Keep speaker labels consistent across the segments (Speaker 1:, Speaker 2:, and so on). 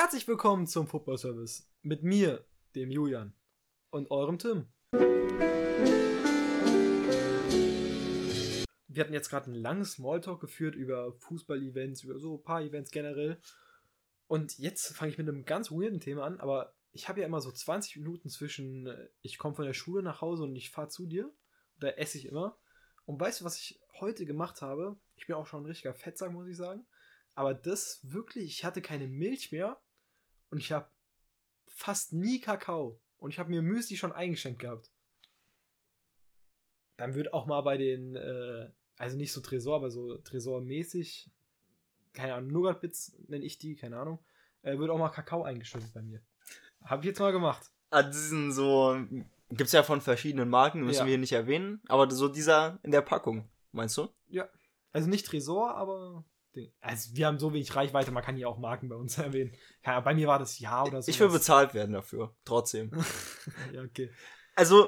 Speaker 1: Herzlich willkommen zum Football Service mit mir, dem Julian, und eurem Tim. Wir hatten jetzt gerade einen langen Smalltalk geführt über Fußball-Events, über so ein paar Events generell. Und jetzt fange ich mit einem ganz weirden Thema an, aber ich habe ja immer so 20 Minuten zwischen, ich komme von der Schule nach Hause und ich fahre zu dir. Da esse ich immer. Und weißt du, was ich heute gemacht habe? Ich bin auch schon ein richtiger Fettsack, muss ich sagen. Aber das wirklich, ich hatte keine Milch mehr und ich habe fast nie Kakao. Und ich habe mir Müsli schon eingeschenkt gehabt. Dann wird auch mal bei den, also nicht so Tresor, aber so Tresor-mäßig, keine Ahnung, Nougat-Bits nenne ich die, keine Ahnung, wird auch mal Kakao eingeschüttet bei mir. Habe ich jetzt mal gemacht.
Speaker 2: Diesen so, gibt's ja von verschiedenen Marken, müssen wir hier nicht erwähnen, aber so dieser in der Packung, meinst du?
Speaker 1: Ja, also nicht Tresor, aber also wir haben so wenig Reichweite, man kann hier auch Marken bei uns erwähnen. Ja, bei mir war das Ja oder so.
Speaker 2: Ich will bezahlt werden dafür, trotzdem.
Speaker 1: Ja, okay.
Speaker 2: Also,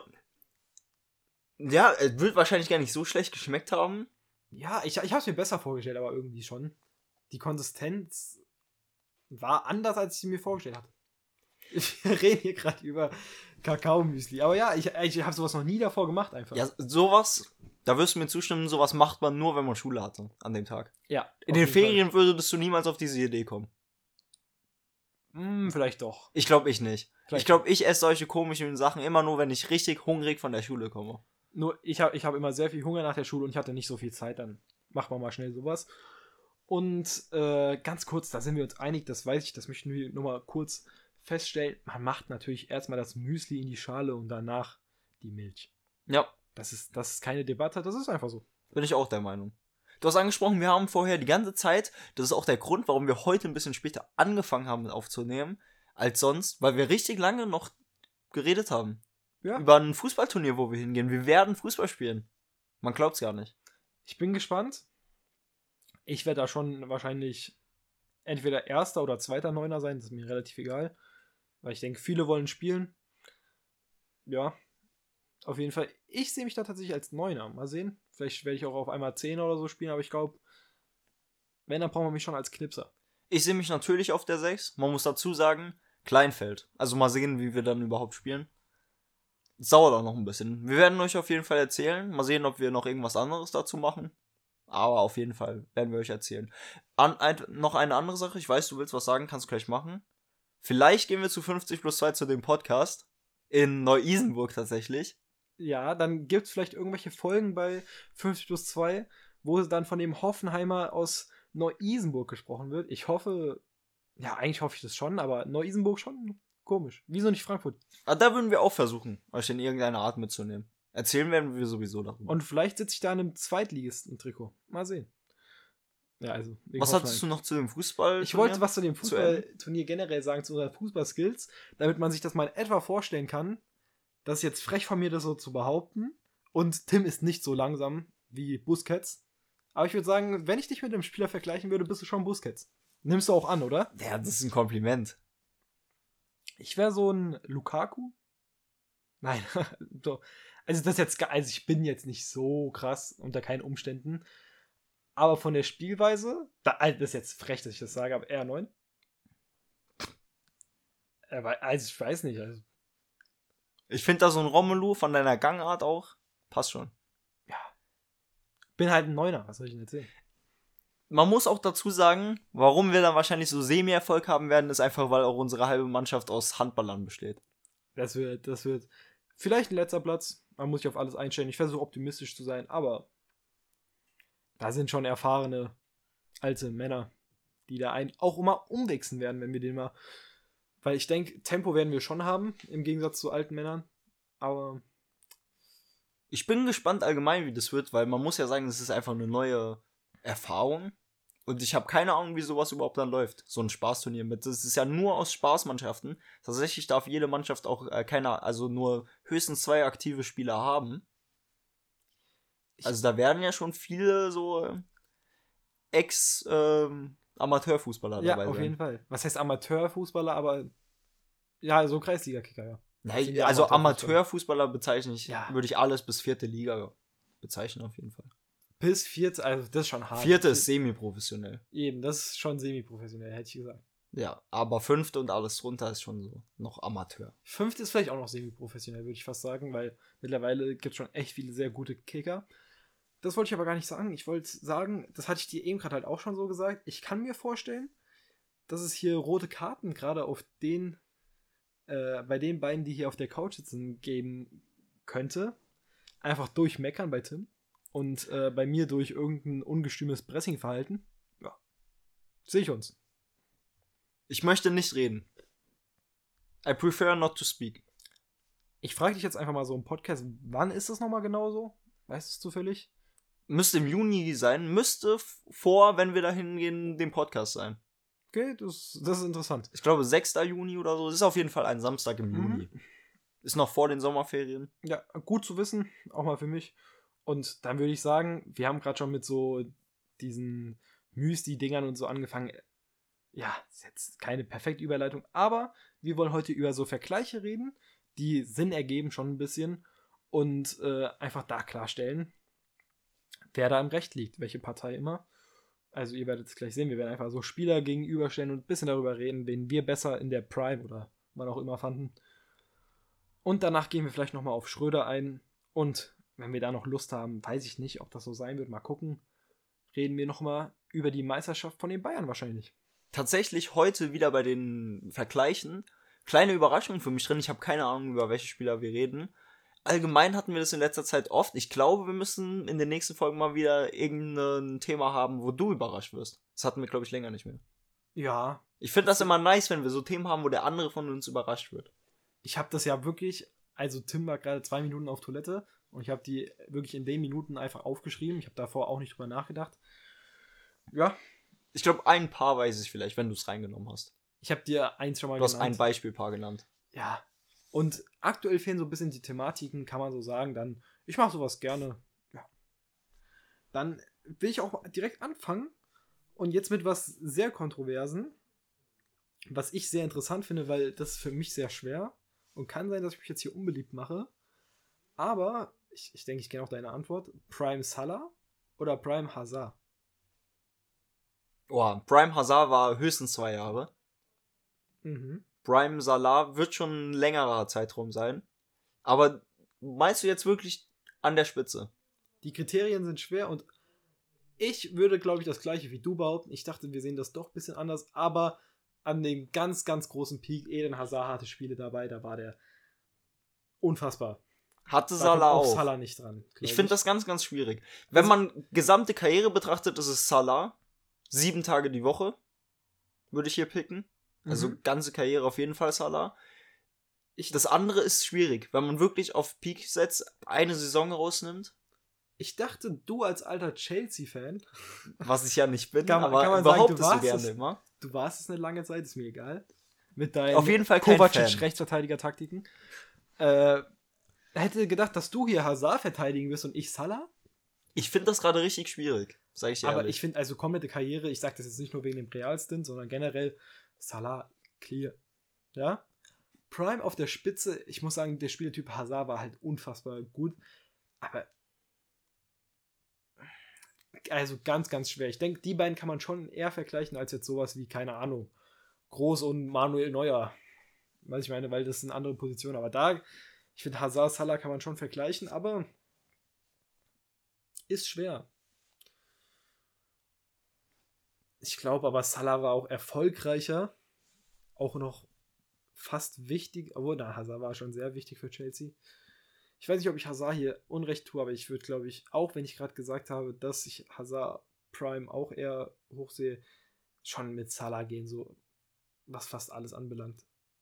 Speaker 2: ja, es wird wahrscheinlich gar nicht so schlecht geschmeckt haben.
Speaker 1: Ja, ich habe es mir besser vorgestellt, aber irgendwie schon. Die Konsistenz war anders, als ich sie mir vorgestellt hatte. Wir reden hier gerade über Kakaomüsli. Aber ja, ich habe sowas noch nie davor gemacht einfach.
Speaker 2: Ja, sowas, da wirst du mir zustimmen, sowas macht man nur, wenn man Schule hatte an dem Tag.
Speaker 1: Ja.
Speaker 2: In den Ferien würdest du niemals auf diese Idee kommen.
Speaker 1: Vielleicht doch.
Speaker 2: Ich glaube ich nicht. Ich glaube, ich esse solche komischen Sachen immer nur, wenn ich richtig hungrig von der Schule komme.
Speaker 1: Nur, ich hab immer sehr viel Hunger nach der Schule und ich hatte nicht so viel Zeit, dann machen wir mal schnell sowas. Und ganz kurz, da sind wir uns einig, das weiß ich, das möchten wir nur mal kurz feststellen. Man macht natürlich erstmal das Müsli in die Schale und danach die Milch.
Speaker 2: Ja.
Speaker 1: Das ist keine Debatte, das ist einfach so.
Speaker 2: Bin ich auch der Meinung. Du hast angesprochen, wir haben vorher die ganze Zeit, das ist auch der Grund, warum wir heute ein bisschen später angefangen haben aufzunehmen, als sonst, weil wir richtig lange noch geredet haben. Ja. Über ein Fußballturnier, wo wir hingehen. Wir werden Fußball spielen. Man glaubt's gar nicht.
Speaker 1: Ich bin gespannt. Ich werde da schon wahrscheinlich entweder erster oder zweiter Neuner sein, das ist mir relativ egal. Weil ich denke, viele wollen spielen. Ja, auf jeden Fall. Ich sehe mich da tatsächlich als Neuner. Mal sehen. Vielleicht werde ich auch auf einmal 10 oder so spielen, aber ich glaube, wenn, dann brauchen wir mich schon als Knipser.
Speaker 2: Ich sehe mich natürlich auf der 6. Man muss dazu sagen, Kleinfeld. Also mal sehen, wie wir dann überhaupt spielen. Es dauert auch noch ein bisschen. Wir werden euch auf jeden Fall erzählen. Mal sehen, ob wir noch irgendwas anderes dazu machen. Aber auf jeden Fall werden wir euch erzählen. Noch eine andere Sache. Ich weiß, du willst was sagen. Kannst du gleich machen. Vielleicht gehen wir zu 50+2 zu dem Podcast. In Neu-Isenburg tatsächlich.
Speaker 1: Ja, dann gibt es vielleicht irgendwelche Folgen bei 50+2, wo dann von dem Hoffenheimer aus Neu-Isenburg gesprochen wird. Ich hoffe, ja, eigentlich hoffe ich das schon, aber Neu-Isenburg schon komisch. Wieso nicht Frankfurt?
Speaker 2: Da würden wir auch versuchen, euch in irgendeiner Art mitzunehmen. Erzählen werden wir sowieso darüber.
Speaker 1: Und vielleicht sitze ich da in einem Zweitligisten-Trikot. Mal sehen. Ja, also.
Speaker 2: Was hattest du noch zu dem Fußball?
Speaker 1: Ich wollte was zu dem Fußballturnier generell sagen, zu unseren Fußballskills, damit man sich das mal in etwa vorstellen kann. Das ist jetzt frech von mir, das so zu behaupten. Und Tim ist nicht so langsam wie Busquets. Aber ich würde sagen, wenn ich dich mit einem Spieler vergleichen würde, bist du schon Busquets. Nimmst du auch an, oder?
Speaker 2: Ja, das ist ein Kompliment.
Speaker 1: Ich wäre so ein Lukaku. Nein, so. Also ich bin jetzt nicht so krass unter keinen Umständen. Aber von der Spielweise, das ist jetzt frech, dass ich das sage, aber R9. Also ich weiß nicht. Also.
Speaker 2: Ich finde da so ein Romelu von deiner Gangart auch, passt schon.
Speaker 1: Ja. Bin halt ein Neuner, was soll ich denn erzählen?
Speaker 2: Man muss auch dazu sagen, warum wir dann wahrscheinlich so Semi-Erfolg haben werden, ist einfach, weil auch unsere halbe Mannschaft aus Handballern besteht.
Speaker 1: Das wird vielleicht ein letzter Platz. Man muss sich auf alles einstellen. Ich versuche optimistisch zu sein, aber da sind schon erfahrene alte Männer, die da auch immer umwechseln werden, wenn wir den mal. Weil ich denke, Tempo werden wir schon haben, im Gegensatz zu alten Männern. Aber
Speaker 2: ich bin gespannt allgemein, wie das wird, weil man muss ja sagen, das ist einfach eine neue Erfahrung. Und ich habe keine Ahnung, wie sowas überhaupt dann läuft. So ein Spaßturnier mit. Das ist ja nur aus Spaßmannschaften. Tatsächlich darf jede Mannschaft auch also nur höchstens 2 aktive Spieler haben. Also da werden ja schon viele so Amateurfußballer dabei sein.
Speaker 1: Ja, auf jeden Fall. Was heißt Amateurfußballer, aber ja, so Kreisliga-Kicker, ja.
Speaker 2: Nein, also Amateurfußballer würde ich alles bis 4. Liga bezeichnen auf jeden Fall.
Speaker 1: Bis 4, also das ist schon hart.
Speaker 2: 4. ist semi-professionell.
Speaker 1: Eben, das ist schon semi-professionell, hätte ich gesagt.
Speaker 2: Ja, aber 5. und alles drunter ist schon so noch Amateur.
Speaker 1: 5. ist vielleicht auch noch semi-professionell, würde ich fast sagen, weil mittlerweile gibt es schon echt viele sehr gute Kicker. Das wollte ich aber gar nicht sagen. Ich wollte sagen, das hatte ich dir eben gerade halt auch schon so gesagt. Ich kann mir vorstellen, dass es hier rote Karten gerade auf bei den beiden, die hier auf der Couch sitzen, geben könnte. Einfach durch Meckern bei Tim und bei mir durch irgendein ungestümes Pressingverhalten. Ja, sehe ich uns.
Speaker 2: Ich möchte nicht reden. I prefer not to speak.
Speaker 1: Ich frage dich jetzt einfach mal so im Podcast, wann ist das nochmal genau so? Weißt du es zufällig?
Speaker 2: Müsste im Juni sein, müsste vor, wenn wir da hingehen, dem Podcast sein.
Speaker 1: Okay, das ist interessant.
Speaker 2: Ich glaube 6. Juni oder so. Das ist auf jeden Fall ein Samstag im Juni. Ist noch vor den Sommerferien.
Speaker 1: Ja, gut zu wissen, auch mal für mich. Und dann würde ich sagen, wir haben gerade schon mit so diesen Müsli-Dingern und so angefangen. Ja, ist jetzt keine perfekte Überleitung, aber wir wollen heute über so Vergleiche reden, die Sinn ergeben schon ein bisschen und einfach da klarstellen, wer da im Recht liegt, welche Partei immer. Also ihr werdet es gleich sehen, wir werden einfach so Spieler gegenüberstellen und ein bisschen darüber reden, wen wir besser in der Prime oder wann auch immer fanden. Und danach gehen wir vielleicht nochmal auf Schröder ein und wenn wir da noch Lust haben, weiß ich nicht, ob das so sein wird, mal gucken, reden wir nochmal über die Meisterschaft von den Bayern wahrscheinlich.
Speaker 2: Tatsächlich heute wieder bei den Vergleichen. Kleine Überraschung für mich drin. Ich habe keine Ahnung, über welche Spieler wir reden. Allgemein hatten wir das in letzter Zeit oft. Ich glaube, wir müssen in den nächsten Folgen mal wieder irgendein Thema haben, wo du überrascht wirst. Das hatten wir, glaube ich, länger nicht mehr.
Speaker 1: Ja.
Speaker 2: Ich finde das immer nice, wenn wir so Themen haben, wo der andere von uns überrascht wird.
Speaker 1: Ich habe das ja wirklich, also Tim war gerade 2 Minuten auf Toilette und ich habe die wirklich in den Minuten einfach aufgeschrieben. Ich habe davor auch nicht drüber nachgedacht. Ja.
Speaker 2: Ich glaube, ein Paar weiß ich vielleicht, wenn du es reingenommen hast.
Speaker 1: Ich habe dir eins schon mal
Speaker 2: genannt. Du hast ein Beispielpaar genannt.
Speaker 1: Ja. Und aktuell fehlen so ein bisschen die Thematiken, kann man so sagen. Dann, ich mache sowas gerne. Ja. Dann will ich auch direkt anfangen. Und jetzt mit was sehr Kontroversen. Was ich sehr interessant finde, weil das ist für mich sehr schwer. Und kann sein, dass ich mich jetzt hier unbeliebt mache. Aber ich denke, ich kenne auch deine Antwort. Prime Salah oder Prime Hazard?
Speaker 2: Oh, Prime Hazard war höchstens 2 Jahre.
Speaker 1: Mhm.
Speaker 2: Prime Salah wird schon ein längerer Zeitraum sein. Aber meinst du jetzt wirklich an der Spitze?
Speaker 1: Die Kriterien sind schwer und ich würde, glaube ich, das gleiche wie du behaupten. Ich dachte, wir sehen das doch ein bisschen anders, aber an dem ganz, ganz großen Peak, Eden Hazard hatte Spiele dabei, da war der unfassbar.
Speaker 2: Hatte Salah auch.
Speaker 1: Salah nicht dran.
Speaker 2: Ich finde das ganz, ganz schwierig. Wenn man gesamte Karriere betrachtet, ist es Salah. 7 Tage die Woche würde ich hier picken. Also ganze Karriere auf jeden Fall Salah. Das andere ist schwierig, wenn man wirklich auf Peak setzt, eine Saison rausnimmt.
Speaker 1: Ich dachte, du als alter Chelsea-Fan,
Speaker 2: was ich ja nicht bin,
Speaker 1: kann man
Speaker 2: behauptest du gerne immer.
Speaker 1: Du warst es eine lange Zeit, ist mir egal. Mit deinen
Speaker 2: auf jeden Fall
Speaker 1: Kovacic-Rechtsverteidiger-Taktiken. Hätte gedacht, dass du hier Hazard verteidigen wirst und ich Salah.
Speaker 2: Ich finde das gerade richtig schwierig, sage ich dir ehrlich.
Speaker 1: Aber ich finde, also komplette Karriere, ich sage das jetzt nicht nur wegen dem Real-Stint, sondern generell Salah, clear. Ja? Prime auf der Spitze, ich muss sagen, der Spielertyp Hazard war halt unfassbar gut. Aber also ganz, ganz schwer. Ich denke, die beiden kann man schon eher vergleichen als jetzt sowas wie, keine Ahnung, Groß und Manuel Neuer. Weiß ich meine, weil das sind andere Positionen. Aber da, ich finde, Hazard, Salah kann man schon vergleichen, aber ist schwer. Ich glaube aber, Salah war auch erfolgreicher. Auch noch fast wichtig. Obwohl, Hazard war schon sehr wichtig für Chelsea. Ich weiß nicht, ob ich Hazard hier Unrecht tue, aber ich würde, glaube ich, auch wenn ich gerade gesagt habe, dass ich Hazard Prime auch eher hoch sehe, schon mit Salah gehen, so was fast alles anbelangt.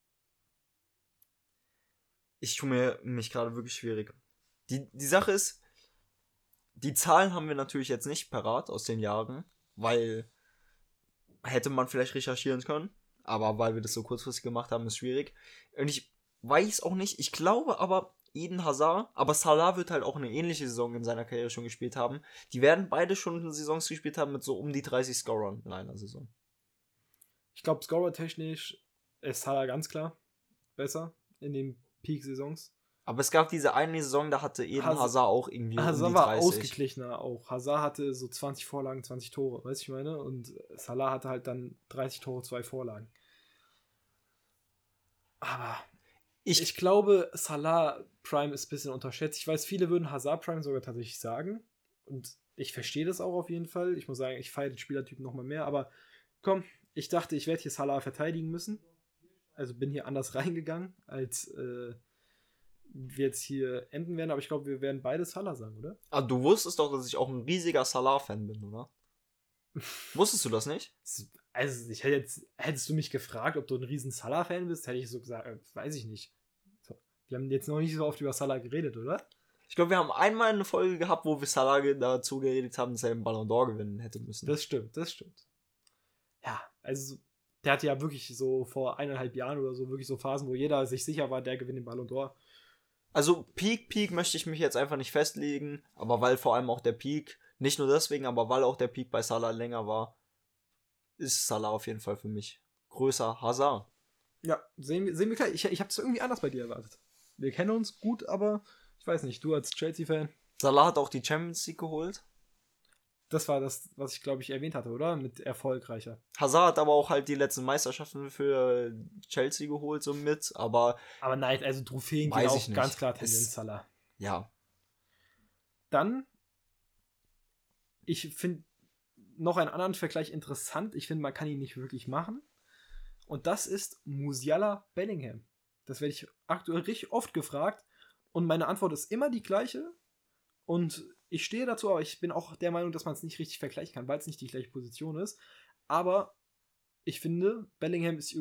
Speaker 2: Ich tue mich gerade wirklich schwierig. Die Sache ist, die Zahlen haben wir natürlich jetzt nicht parat aus den Jahren, weil hätte man vielleicht recherchieren können, aber weil wir das so kurzfristig gemacht haben, ist schwierig. Und ich weiß auch nicht, ich glaube aber, Eden Hazard, aber Salah wird halt auch eine ähnliche Saison in seiner Karriere schon gespielt haben. Die werden beide schon Saisons gespielt haben mit so um die 30 Scorern in einer Saison.
Speaker 1: Ich glaube, Scorer-technisch ist Salah ganz klar besser in den Peak-Saisons.
Speaker 2: Aber es gab diese eine Saison, da hatte Eden Hazard auch irgendwie
Speaker 1: Hazard
Speaker 2: um die
Speaker 1: war
Speaker 2: 30.
Speaker 1: ausgeglichener auch. Hazard hatte so 20 Vorlagen, 20 Tore, weißt du, ich meine? Und Salah hatte halt dann 30 Tore, 2 Vorlagen. Aber ich glaube, Salah Prime ist ein bisschen unterschätzt. Ich weiß, viele würden Hazard Prime sogar tatsächlich sagen. Und ich verstehe das auch auf jeden Fall. Ich muss sagen, ich feiere den Spielertypen nochmal mehr. Aber komm, ich dachte, ich werde hier Salah verteidigen müssen. Also bin hier anders reingegangen, als wir jetzt hier enden werden. Aber ich glaube, wir werden beide Salah sagen, oder?
Speaker 2: Ah, du wusstest doch, dass ich auch ein riesiger Salah-Fan bin, oder? Wusstest du das nicht?
Speaker 1: Also, hättest du mich gefragt, ob du ein riesen Salah-Fan bist, hätte ich so gesagt, weiß ich nicht. So, wir haben jetzt noch nicht so oft über Salah geredet, oder?
Speaker 2: Ich glaube, wir haben einmal eine Folge gehabt, wo wir Salah dazu geredet haben, dass er den Ballon d'Or gewinnen hätte müssen.
Speaker 1: Das stimmt. Ja, also der hatte ja wirklich so vor 1,5 Jahren oder so wirklich so Phasen, wo jeder sich sicher war, der gewinnt den Ballon d'Or.
Speaker 2: Also Peak möchte ich mich jetzt einfach nicht festlegen, aber weil vor allem auch der Peak, nicht nur deswegen, aber weil auch der Peak bei Salah länger war, ist Salah auf jeden Fall für mich größer Hazard.
Speaker 1: Ja, sehen wir gleich. Ich habe es irgendwie anders bei dir erwartet. Wir kennen uns gut, aber ich weiß nicht, du als Chelsea-Fan.
Speaker 2: Salah hat auch die Champions League geholt.
Speaker 1: Das war das, was ich glaube ich erwähnt hatte, oder? Mit erfolgreicher.
Speaker 2: Hazard hat aber auch halt die letzten Meisterschaften für Chelsea geholt, so mit, aber
Speaker 1: nein, also Trophäen gehen auch ganz klar Tendenz Salah.
Speaker 2: Ja.
Speaker 1: Dann, ich finde noch einen anderen Vergleich interessant. Ich finde, man kann ihn nicht wirklich machen. Und das ist Musiala Bellingham. Das werde ich aktuell richtig oft gefragt. Und meine Antwort ist immer die gleiche. Und ich stehe dazu, aber ich bin auch der Meinung, dass man es nicht richtig vergleichen kann, weil es nicht die gleiche Position ist. Aber ich finde, Bellingham ist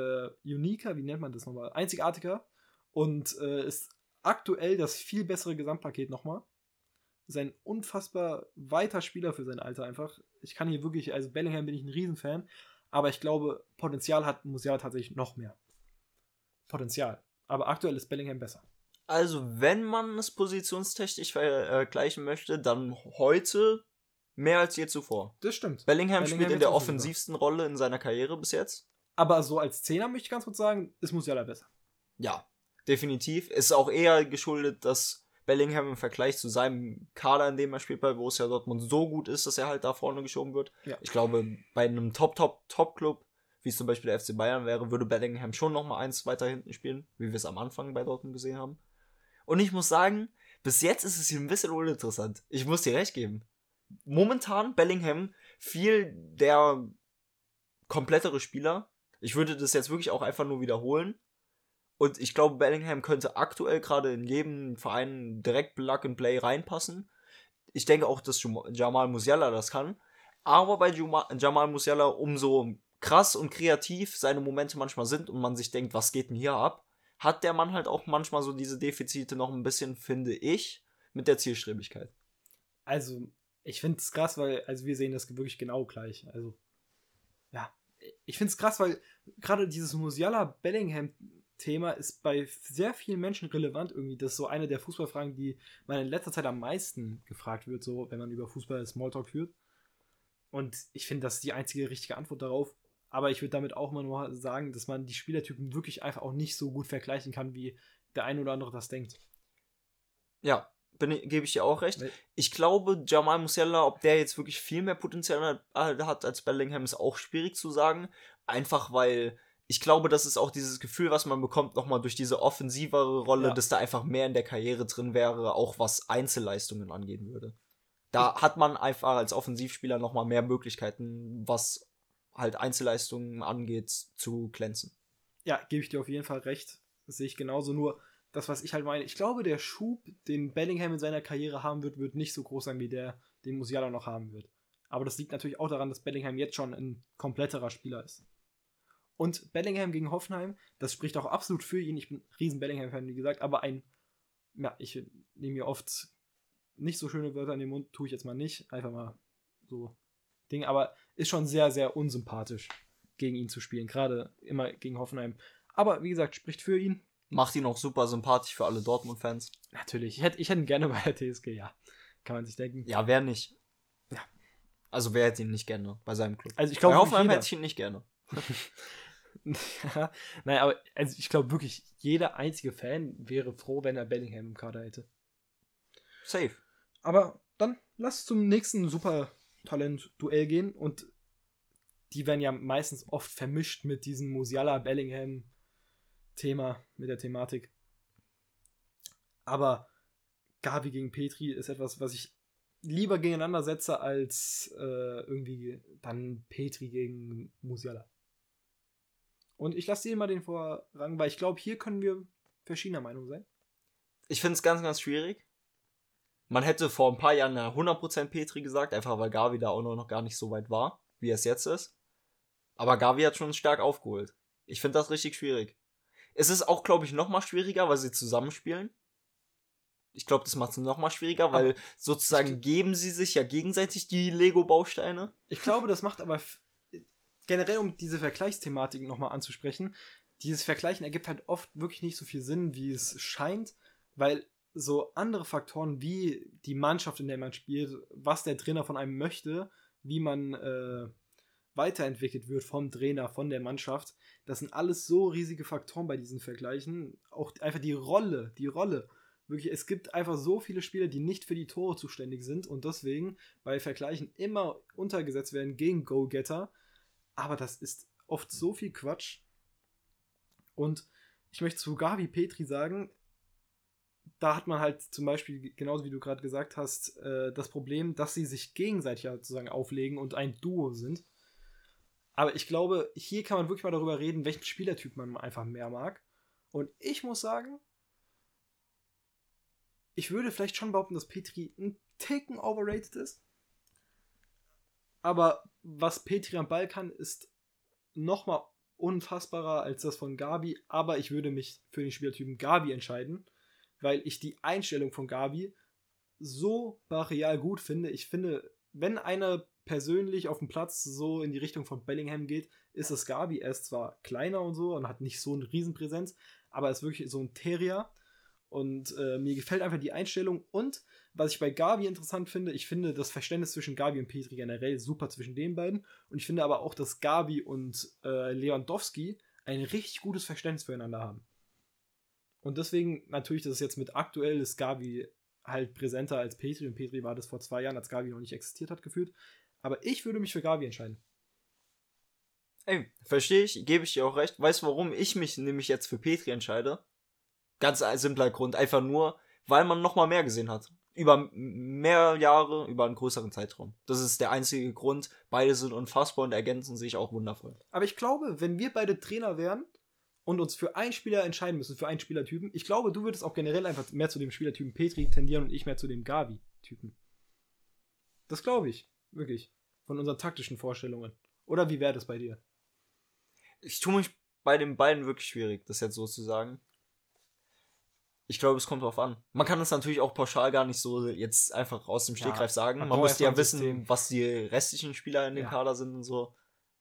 Speaker 1: uniker, wie nennt man das nochmal? Einzigartiger. Und ist aktuell das viel bessere Gesamtpaket nochmal. Ist ein unfassbar weiter Spieler für sein Alter einfach. Ich kann hier wirklich, also Bellingham bin ich ein Riesenfan, aber ich glaube, Potenzial hat Musiala tatsächlich noch mehr. Potenzial. Aber aktuell ist Bellingham besser.
Speaker 2: Also, wenn man es positionstechnisch vergleichen möchte, dann heute mehr als je zuvor.
Speaker 1: Das stimmt.
Speaker 2: Bellingham spielt in der offensivsten Rolle in seiner Karriere bis jetzt.
Speaker 1: Aber so als Zehner möchte ich ganz kurz sagen, ist Musiala besser.
Speaker 2: Ja, definitiv. Ist auch eher geschuldet, dass Bellingham im Vergleich zu seinem Kader, in dem er spielt bei Borussia Dortmund, so gut ist, dass er halt da vorne geschoben wird. Ja. Ich glaube, bei einem Top-Club, wie es zum Beispiel der FC Bayern wäre, würde Bellingham schon nochmal eins weiter hinten spielen, wie wir es am Anfang bei Dortmund gesehen haben. Und ich muss sagen, bis jetzt ist es hier ein bisschen uninteressant. Ich muss dir recht geben. Momentan Bellingham viel der komplettere Spieler. Ich würde das jetzt wirklich auch einfach nur wiederholen. Und ich glaube, Bellingham könnte aktuell gerade in jedem Verein direkt Plug and Play reinpassen. Ich denke auch, dass Jamal Musiala das kann. Aber bei Jamal Musiala, umso krass und kreativ seine Momente manchmal sind und man sich denkt, was geht denn hier ab, hat der Mann halt auch manchmal so diese Defizite noch ein bisschen, finde ich, mit der Zielstrebigkeit.
Speaker 1: Also, ich finde es krass, weil, also wir sehen das wirklich genau gleich. Also, ja, ich finde es krass, weil gerade dieses Musiala-Bellingham-Thema ist bei sehr vielen Menschen relevant irgendwie. Das ist so eine der Fußballfragen, die man in letzter Zeit am meisten gefragt wird, so wenn man über Fußball Smalltalk führt. Und ich finde, das ist die einzige richtige Antwort darauf. Aber ich würde damit auch mal nur sagen, dass man die Spielertypen wirklich einfach auch nicht so gut vergleichen kann, wie der eine oder andere das denkt.
Speaker 2: Ja, gebe ich dir auch recht. Ich glaube, Jamal Musiala, ob der jetzt wirklich viel mehr Potenzial hat als Bellingham, ist auch schwierig zu sagen. Einfach weil ich glaube, das ist auch dieses Gefühl, was man bekommt, nochmal durch diese offensivere Rolle, dass da einfach mehr in der Karriere drin wäre, auch was Einzelleistungen angehen würde. Da hat man einfach als Offensivspieler nochmal mehr Möglichkeiten, was halt Einzelleistungen angeht, zu glänzen.
Speaker 1: Ja, gebe ich dir auf jeden Fall recht. Das sehe ich genauso. Nur das, was ich halt meine, ich glaube, der Schub, den Bellingham in seiner Karriere haben wird nicht so groß sein, wie der, den Musiala noch haben wird. Aber das liegt natürlich auch daran, dass Bellingham jetzt schon ein kompletterer Spieler ist. Und Bellingham gegen Hoffenheim, das spricht auch absolut für ihn. Ich bin ein riesen Bellingham-Fan, wie gesagt, aber ich nehme mir oft nicht so schöne Wörter in den Mund, tue ich jetzt mal nicht. Einfach mal so Ding, aber ist schon sehr, sehr unsympathisch, gegen ihn zu spielen. Gerade immer gegen Hoffenheim. Aber wie gesagt, spricht für ihn.
Speaker 2: Macht ihn auch super sympathisch für alle Dortmund-Fans.
Speaker 1: Natürlich. Ich hätte ihn gerne bei der TSG, ja. Kann man sich denken.
Speaker 2: Ja, wer nicht?
Speaker 1: Ja.
Speaker 2: Also wer hätte ihn nicht gerne bei seinem Club?
Speaker 1: Also ich glaube,
Speaker 2: bei Hoffenheim hätte ich ihn nicht gerne.
Speaker 1: Ja, naja, aber also ich glaube wirklich, jeder einzige Fan wäre froh, wenn er Bellingham im Kader hätte.
Speaker 2: Safe.
Speaker 1: Aber dann lass zum nächsten Supertalent-Duell gehen und die werden ja meistens oft vermischt mit diesem Musiala-Bellingham-Thema, mit der Thematik. Aber Gavi gegen Petri ist etwas, was ich lieber gegeneinander setze, als irgendwie dann Petri gegen Musiala. Und ich lasse dir mal den Vorrang, weil ich glaube, hier können wir verschiedener Meinung sein.
Speaker 2: Ich finde es ganz, ganz schwierig. Man hätte vor ein paar Jahren 100% Petri gesagt, einfach weil Gavi da auch noch gar nicht so weit war, wie es jetzt ist. Aber Gavi hat schon stark aufgeholt. Ich finde das richtig schwierig. Es ist auch, glaube ich, noch mal schwieriger, weil sie zusammenspielen. Ich glaube, das macht es noch mal schwieriger, weil sozusagen geben sie sich ja gegenseitig die Lego-Bausteine.
Speaker 1: Ich glaube, das macht aber generell, um diese Vergleichsthematik nochmal anzusprechen, dieses Vergleichen ergibt halt oft wirklich nicht so viel Sinn, wie es scheint, weil so andere Faktoren wie die Mannschaft, in der man spielt, was der Trainer von einem möchte, wie man weiterentwickelt wird vom Trainer, von der Mannschaft, das sind alles so riesige Faktoren bei diesen Vergleichen. Auch einfach die Rolle. Wirklich, es gibt einfach so viele Spieler, die nicht für die Tore zuständig sind und deswegen bei Vergleichen immer untergesetzt werden gegen Goalgetter. Aber das ist oft so viel Quatsch. Und ich möchte zu Gavi Petri sagen, da hat man halt zum Beispiel, genauso wie du gerade gesagt hast, das Problem, dass sie sich gegenseitig sozusagen auflegen und ein Duo sind. Aber ich glaube, hier kann man wirklich mal darüber reden, welchen Spielertyp man einfach mehr mag. Und ich muss sagen, ich würde vielleicht schon behaupten, dass Petri ein Ticken overrated ist. Aber was Petri am Ball kann, ist nochmal unfassbarer als das von Gavi. Aber ich würde mich für den Spielertypen Gavi entscheiden, weil ich die Einstellung von Gavi so brachial gut finde. Ich finde, wenn einer persönlich auf dem Platz so in die Richtung von Bellingham geht, ist es Gavi. Er ist zwar kleiner und so und hat nicht so eine Riesenpräsenz, aber er ist wirklich so ein Terrier. Und mir gefällt einfach die Einstellung. Und was ich bei Gavi interessant finde, ich finde das Verständnis zwischen Gavi und Petri generell super zwischen den beiden. Und ich finde aber auch, dass Gavi und Lewandowski ein richtig gutes Verständnis füreinander haben. Und deswegen, natürlich, das ist jetzt mit aktuell, ist Gavi halt präsenter als Petri. Und Petri war das vor 2 Jahren, als Gavi noch nicht existiert hat, gefühlt. Aber ich würde mich für Gavi entscheiden.
Speaker 2: Ey, verstehe ich, gebe ich dir auch recht. Weißt du, warum ich mich nämlich jetzt für Petri entscheide? Ganz simpler Grund, einfach nur, weil man noch mal mehr gesehen hat. Über mehr Jahre, über einen größeren Zeitraum. Das ist der einzige Grund. Beide sind unfassbar und ergänzen sich auch wundervoll.
Speaker 1: Aber ich glaube, wenn wir beide Trainer wären und uns für einen Spieler entscheiden müssen, für einen Spielertypen, ich glaube, du würdest auch generell einfach mehr zu dem Spielertypen Petri tendieren und ich mehr zu dem Gavi-Typen. Das glaube ich, wirklich. Von unseren taktischen Vorstellungen. Oder wie wäre das bei dir?
Speaker 2: Ich tue mich bei den beiden wirklich schwierig, das jetzt so zu sagen. Ich glaube, es kommt drauf an. Man kann es natürlich auch pauschal gar nicht so jetzt einfach aus dem Stegreif sagen. Man müsste ja wissen, was die restlichen Spieler in dem Kader sind und so.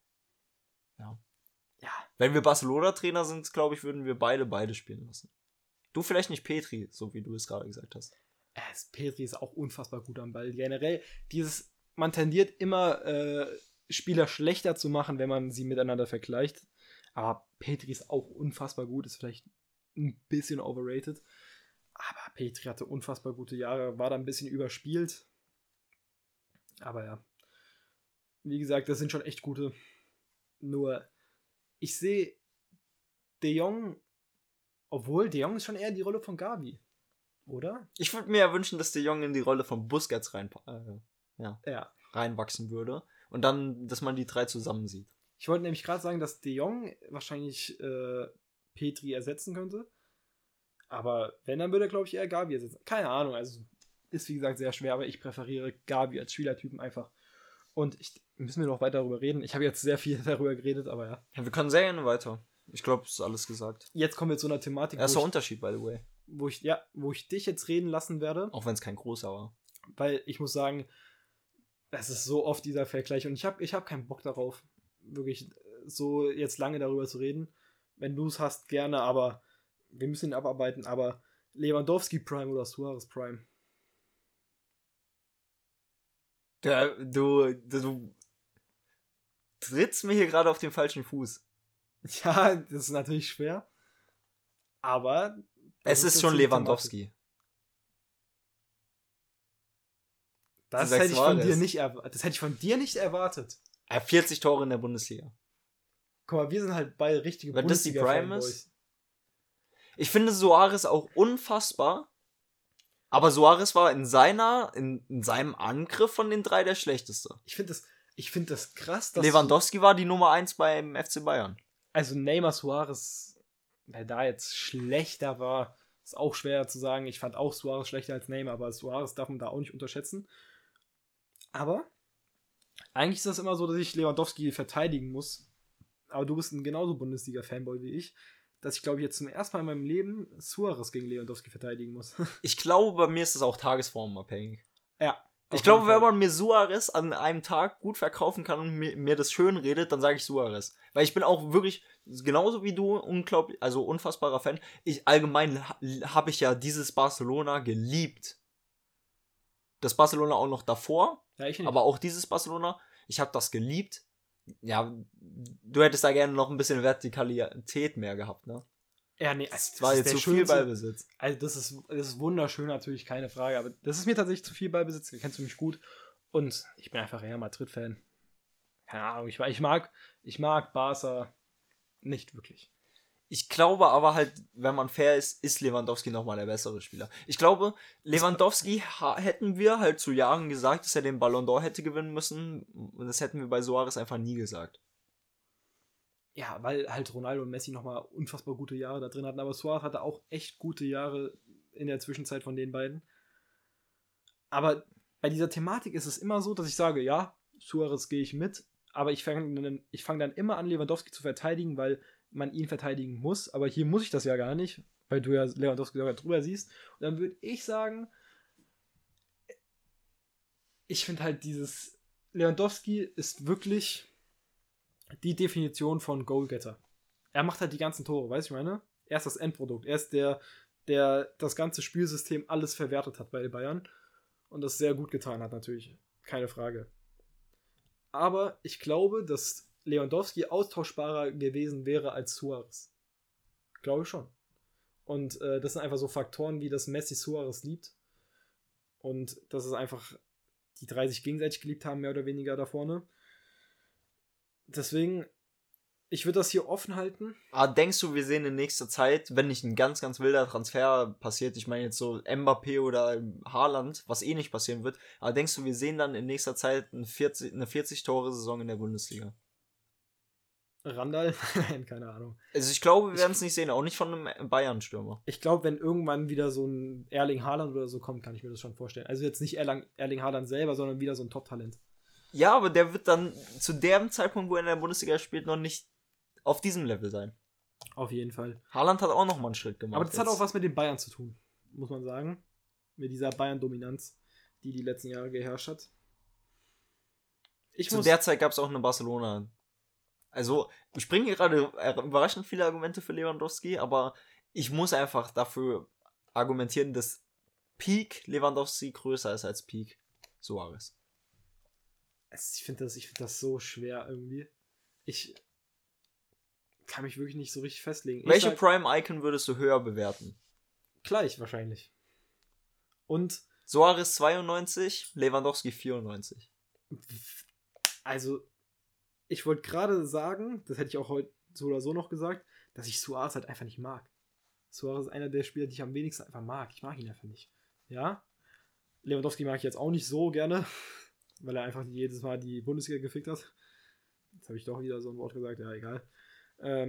Speaker 2: Ja. Wenn wir Barcelona-Trainer sind, glaube ich, würden wir beide spielen lassen. Du vielleicht nicht Petri, so wie du es gerade gesagt hast.
Speaker 1: Petri ist auch unfassbar gut am Ball. Generell, man tendiert immer, Spieler schlechter zu machen, wenn man sie miteinander vergleicht. Aber Petri ist auch unfassbar gut, ist vielleicht ein bisschen overrated. Aber Petri hatte unfassbar gute Jahre, war da ein bisschen überspielt. Aber ja. Wie gesagt, das sind schon echt gute. Nur, ich sehe De Jong, obwohl De Jong ist schon eher die Rolle von Gavi, oder?
Speaker 2: Ich würde mir ja wünschen, dass De Jong in die Rolle von Busquets reinwachsen würde. Und dann, dass man die 3 zusammen sieht.
Speaker 1: Ich wollte nämlich gerade sagen, dass De Jong wahrscheinlich Petri ersetzen könnte. Aber wenn, dann würde er, glaube ich, eher Gavi ersetzen. Keine Ahnung, also ist wie gesagt sehr schwer, aber ich präferiere Gavi als Spielertypen einfach. Und müssen wir noch weiter darüber reden. Ich habe jetzt sehr viel darüber geredet, aber ja.
Speaker 2: Ja, wir können sehr gerne weiter. Ich glaube, es ist alles gesagt.
Speaker 1: Jetzt kommen wir zu einer Thematik,
Speaker 2: Erster Unterschied, by the way.
Speaker 1: Wo ich dich jetzt reden lassen werde.
Speaker 2: Auch wenn es kein großer war.
Speaker 1: Weil ich muss sagen, das ist so oft dieser Vergleich und ich hab keinen Bock darauf, wirklich so jetzt lange darüber zu reden. Wenn du es hast, gerne, aber wir müssen ihn abarbeiten. Aber Lewandowski Prime oder Suarez Prime?
Speaker 2: Ja, du trittst mir hier gerade auf den falschen Fuß.
Speaker 1: Ja, das ist natürlich schwer. Aber
Speaker 2: Es ist schon Lewandowski.
Speaker 1: Das hätte ich von dir nicht erwartet. Das hätte ich von dir nicht erwartet.
Speaker 2: Er hat 40 Tore in der Bundesliga.
Speaker 1: Guck mal, wir sind halt beide richtige
Speaker 2: Wenn das die Prime
Speaker 1: Bundesliga-Fanboys.
Speaker 2: ist. Ich finde Suarez auch unfassbar. Aber Suarez war in seinem Angriff von den 3 der schlechteste.
Speaker 1: Ich finde das krass, dass
Speaker 2: Lewandowski war die Nummer 1 beim FC Bayern.
Speaker 1: Also Neymar, Suarez, wer da jetzt schlechter war, ist auch schwer zu sagen. Ich fand auch Suarez schlechter als Neymar, aber Suarez darf man da auch nicht unterschätzen. Aber eigentlich ist das immer so, dass ich Lewandowski verteidigen muss. Aber du bist ein genauso Bundesliga-Fanboy wie ich, dass ich, glaube ich, jetzt zum ersten Mal in meinem Leben Suarez gegen Lewandowski verteidigen muss.
Speaker 2: Ich glaube, bei mir ist es auch tagesformabhängig.
Speaker 1: Ja.
Speaker 2: Ich glaube, wenn man mir Suarez an einem Tag gut verkaufen kann und mir das schön redet, dann sage ich Suarez. Weil ich bin auch wirklich, genauso wie du, unfassbarer Fan. Allgemein habe ich ja dieses Barcelona geliebt. Das Barcelona auch noch davor,
Speaker 1: Ja, ich nicht.
Speaker 2: aber auch dieses Barcelona, ich habe das geliebt. Ja, du hättest da gerne noch ein bisschen Vertikalität mehr gehabt, ne?
Speaker 1: Ja, nee,
Speaker 2: das war jetzt zu viel Ballbesitz.
Speaker 1: Also das ist wunderschön, natürlich, keine Frage, aber das ist mir tatsächlich zu viel Ballbesitz, kennst du mich gut. Und ich bin einfach Real Madrid-Fan. Keine Ahnung, ich mag Barca nicht wirklich.
Speaker 2: Ich glaube aber halt, wenn man fair ist Lewandowski nochmal der bessere Spieler. Ich glaube, Lewandowski hätten wir halt zu Jahren gesagt, dass er den Ballon d'Or hätte gewinnen müssen. Und das hätten wir bei Suarez einfach nie gesagt.
Speaker 1: Ja, weil halt Ronaldo und Messi nochmal unfassbar gute Jahre da drin hatten. Aber Suarez hatte auch echt gute Jahre in der Zwischenzeit von den beiden. Aber bei dieser Thematik ist es immer so, dass ich sage, ja, Suarez gehe ich mit. Aber ich fange dann immer an, Lewandowski zu verteidigen, weil man ihn verteidigen muss, aber hier muss ich das ja gar nicht, weil du ja Lewandowski sogar drüber siehst. Und dann würde ich sagen, ich finde halt Lewandowski ist wirklich die Definition von Goalgetter. Er macht halt die ganzen Tore, weißt du, ich meine? Er ist das Endprodukt. Er ist der das ganze Spielsystem alles verwertet hat bei Bayern und das sehr gut getan hat, natürlich. Keine Frage. Aber ich glaube, dass Lewandowski austauschbarer gewesen wäre als Suarez. Glaube ich schon. Und das sind einfach so Faktoren, wie das Messi Suarez liebt. Und dass es einfach die 3 sich gegenseitig geliebt haben, mehr oder weniger da vorne. Deswegen, ich würde das hier offen halten.
Speaker 2: Aber denkst du, wir sehen in nächster Zeit, wenn nicht ein ganz, ganz wilder Transfer passiert, ich meine jetzt so Mbappé oder Haaland, was eh nicht passieren wird, aber denkst du, wir sehen dann in nächster Zeit eine 40-Tore-Saison in der Bundesliga?
Speaker 1: Randall? Nein, keine Ahnung.
Speaker 2: Also ich glaube, wir werden es nicht sehen, auch nicht von einem Bayern-Stürmer.
Speaker 1: Ich glaube, wenn irgendwann wieder so ein Erling Haaland oder so kommt, kann ich mir das schon vorstellen. Also jetzt nicht Erling Haaland selber, sondern wieder so ein Top-Talent.
Speaker 2: Ja, aber der wird dann zu dem Zeitpunkt, wo er in der Bundesliga spielt, noch nicht auf diesem Level sein.
Speaker 1: Auf jeden Fall.
Speaker 2: Haaland hat auch noch mal einen Schritt gemacht.
Speaker 1: Aber das hat auch was mit den Bayern zu tun, muss man sagen. Mit dieser Bayern-Dominanz, die letzten Jahre geherrscht hat.
Speaker 2: Zu der Zeit gab es auch eine Barcelona. Also, ich bringe gerade überraschend viele Argumente für Lewandowski, aber ich muss einfach dafür argumentieren, dass Peak Lewandowski größer ist als Peak Suarez.
Speaker 1: Ich finde das so schwer irgendwie. Ich kann mich wirklich nicht so richtig festlegen.
Speaker 2: Welche Prime-Icon würdest du höher bewerten?
Speaker 1: Gleich wahrscheinlich. Und
Speaker 2: Suarez 92, Lewandowski 94.
Speaker 1: Also, ich wollte gerade sagen, das hätte ich auch heute so oder so noch gesagt, dass ich Suarez halt einfach nicht mag. Suarez ist einer der Spieler, die ich am wenigsten einfach mag. Ich mag ihn einfach nicht. Ja? Lewandowski mag ich jetzt auch nicht so gerne, weil er einfach jedes Mal die Bundesliga gefickt hat. Jetzt habe ich doch wieder so ein Wort gesagt, ja, egal. Ja,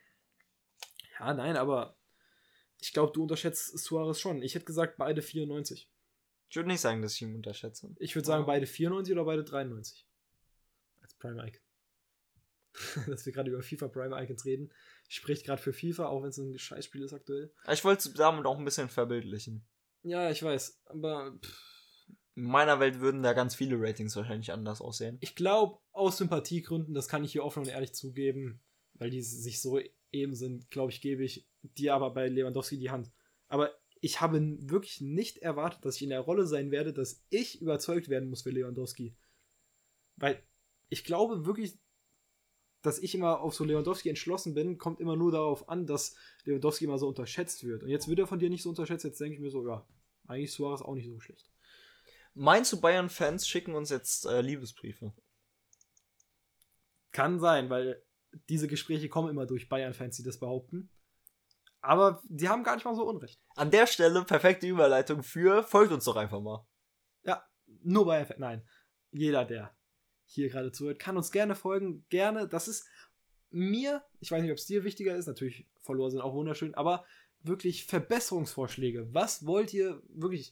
Speaker 1: nein, aber ich glaube, du unterschätzt Suarez schon. Ich hätte gesagt, beide 94.
Speaker 2: Ich würde nicht sagen, dass ich ihn unterschätze.
Speaker 1: Ich würde sagen, beide 94 oder beide 93. Als Prime Icon. Dass wir gerade über FIFA Prime Icons reden. Spricht gerade für FIFA, auch wenn es ein Scheißspiel ist aktuell.
Speaker 2: Ich wollte es damit auch ein bisschen verbildlichen.
Speaker 1: Ja, ich weiß, aber
Speaker 2: in meiner Welt würden da ganz viele Ratings wahrscheinlich anders aussehen.
Speaker 1: Ich glaube, aus Sympathiegründen, das kann ich hier offen und ehrlich zugeben, weil die sich so eben sind, glaube ich, gebe ich dir aber bei Lewandowski die Hand. Aber ich habe wirklich nicht erwartet, dass ich in der Rolle sein werde, dass ich überzeugt werden muss für Lewandowski. Weil ich glaube wirklich, dass ich immer auf so Lewandowski entschlossen bin, kommt immer nur darauf an, dass Lewandowski immer so unterschätzt wird. Und jetzt wird er von dir nicht so unterschätzt, jetzt denke ich mir so, ja, eigentlich Suarez auch nicht so schlecht.
Speaker 2: Meinst du, Bayern-Fans schicken uns jetzt Liebesbriefe?
Speaker 1: Kann sein, weil diese Gespräche kommen immer durch Bayern-Fans, die das behaupten. Aber die haben gar nicht mal so Unrecht.
Speaker 2: An der Stelle perfekte Überleitung für, folgt uns doch einfach mal.
Speaker 1: Ja, nur Bayern-Fans. Nein, jeder, der hier gerade zuhört, kann uns gerne folgen. Gerne, das ist mir, ich weiß nicht, ob es dir wichtiger ist, natürlich Follower sind auch wunderschön, aber wirklich Verbesserungsvorschläge. Was wollt ihr wirklich?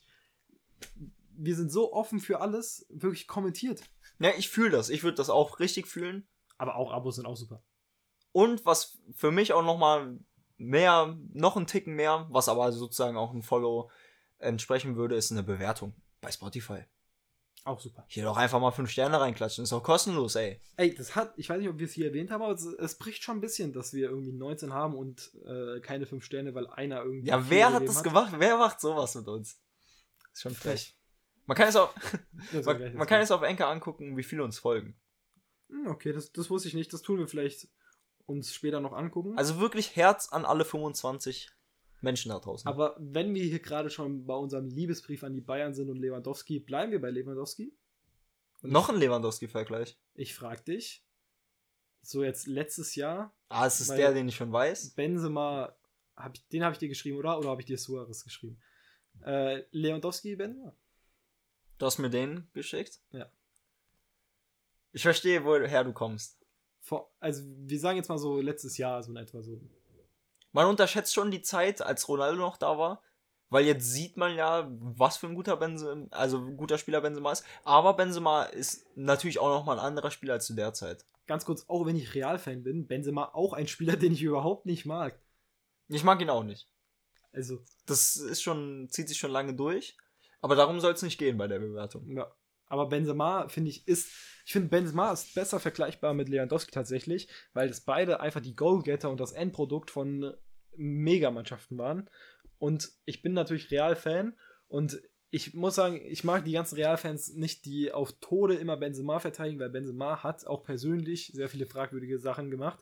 Speaker 1: Wir sind so offen für alles, wirklich kommentiert.
Speaker 2: Ja, ich fühle das. Ich würde das auch richtig fühlen.
Speaker 1: Aber auch Abos sind auch super.
Speaker 2: Und was für mich auch nochmal mehr, noch einen Ticken mehr, was aber sozusagen auch ein Follow entsprechen würde, ist eine Bewertung bei Spotify.
Speaker 1: Auch super.
Speaker 2: Hier doch einfach mal 5 Sterne reinklatschen. Ist auch kostenlos, ey.
Speaker 1: Ey, ich weiß nicht, ob wir es hier erwähnt haben, aber es bricht schon ein bisschen, dass wir irgendwie 19 haben und keine 5 Sterne, weil einer irgendwie.
Speaker 2: Ja, wer hat das gemacht? Wer macht sowas mit uns? Ist schon frech. Man kann es auch, man kann es auf Anchor angucken, wie viele uns folgen.
Speaker 1: Okay, das wusste ich nicht. Das tun wir vielleicht uns später noch angucken.
Speaker 2: Also wirklich Herz an alle 25 Menschen da draußen.
Speaker 1: Aber wenn wir hier gerade schon bei unserem Liebesbrief an die Bayern sind und Lewandowski, bleiben wir bei Lewandowski? Und
Speaker 2: noch ein Lewandowski-Vergleich.
Speaker 1: Ich frag dich, so jetzt letztes Jahr.
Speaker 2: Es ist der, den ich schon weiß.
Speaker 1: Benzema, den habe ich dir geschrieben, oder? Oder habe ich dir Suarez geschrieben? Lewandowski, Benzema.
Speaker 2: Du hast mir den geschickt?
Speaker 1: Ja.
Speaker 2: Ich verstehe, woher du kommst.
Speaker 1: Also, wir sagen jetzt mal so letztes Jahr, so in etwa so.
Speaker 2: Man unterschätzt schon die Zeit, als Ronaldo noch da war, weil jetzt sieht man ja, was für ein guter Spieler Benzema ist. Aber Benzema ist natürlich auch nochmal ein anderer Spieler als zu der Zeit.
Speaker 1: Ganz kurz, auch wenn ich Real-Fan bin, Benzema auch ein Spieler, den ich überhaupt nicht mag.
Speaker 2: Ich mag ihn auch nicht.
Speaker 1: Also.
Speaker 2: Das zieht sich schon lange durch. Aber darum soll es nicht gehen bei der Bewertung.
Speaker 1: Ja. Aber Benzema, ich finde Benzema ist besser vergleichbar mit Lewandowski tatsächlich, weil das beide einfach die Goalgetter und das Endprodukt von Megamannschaften waren. Und ich bin natürlich Real-Fan und ich muss sagen, ich mag die ganzen Real-Fans nicht, die auf Tode immer Benzema verteidigen, weil Benzema hat auch persönlich sehr viele fragwürdige Sachen gemacht.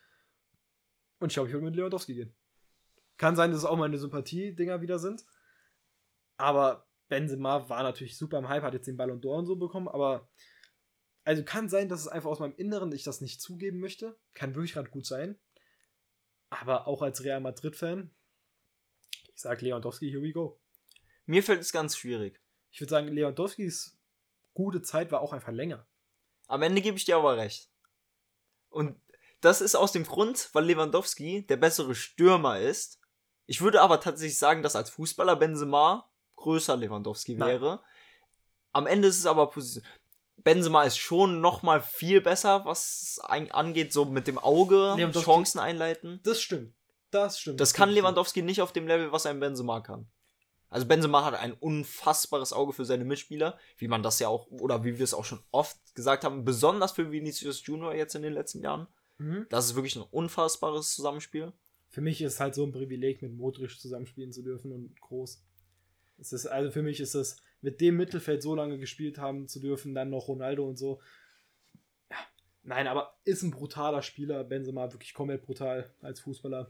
Speaker 1: Und ich glaube, ich würde mit Lewandowski gehen. Kann sein, dass es auch meine Sympathie-Dinger wieder sind. Aber Benzema war natürlich super im Hype, hat jetzt den Ballon d'Or und so bekommen, aber also kann sein, dass es einfach aus meinem Inneren ich das nicht zugeben möchte. Kann wirklich gerade gut sein. Aber auch als Real Madrid-Fan, ich sage Lewandowski, here we go.
Speaker 2: Mir fällt es ganz schwierig.
Speaker 1: Ich würde sagen, Lewandowskis gute Zeit war auch einfach länger.
Speaker 2: Am Ende gebe ich dir aber recht. Und das ist aus dem Grund, weil Lewandowski der bessere Stürmer ist. Ich würde aber tatsächlich sagen, dass als Fußballer Benzema größer Lewandowski wäre. Nein. Am Ende ist es aber Position. Benzema ist schon nochmal viel besser, was angeht, so mit dem Auge Chancen einleiten.
Speaker 1: Das stimmt.
Speaker 2: Das kann Lewandowski nicht auf dem Level, was ein Benzema kann. Also Benzema hat ein unfassbares Auge für seine Mitspieler, wie man das ja auch, oder wie wir es auch schon oft gesagt haben, besonders für Vinicius Junior jetzt in den letzten Jahren. Mhm. Das ist wirklich ein unfassbares Zusammenspiel.
Speaker 1: Für mich ist es halt so ein Privileg, mit Modric zusammenspielen zu dürfen und Groß. Also für mich ist es, mit dem Mittelfeld so lange gespielt haben zu dürfen, dann noch Ronaldo und so. Ja, nein, aber ist ein brutaler Spieler. Benzema wirklich komplett brutal als Fußballer.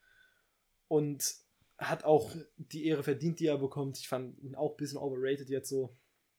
Speaker 1: Und hat auch die Ehre verdient, die er bekommt. Ich fand ihn auch ein bisschen overrated jetzt so.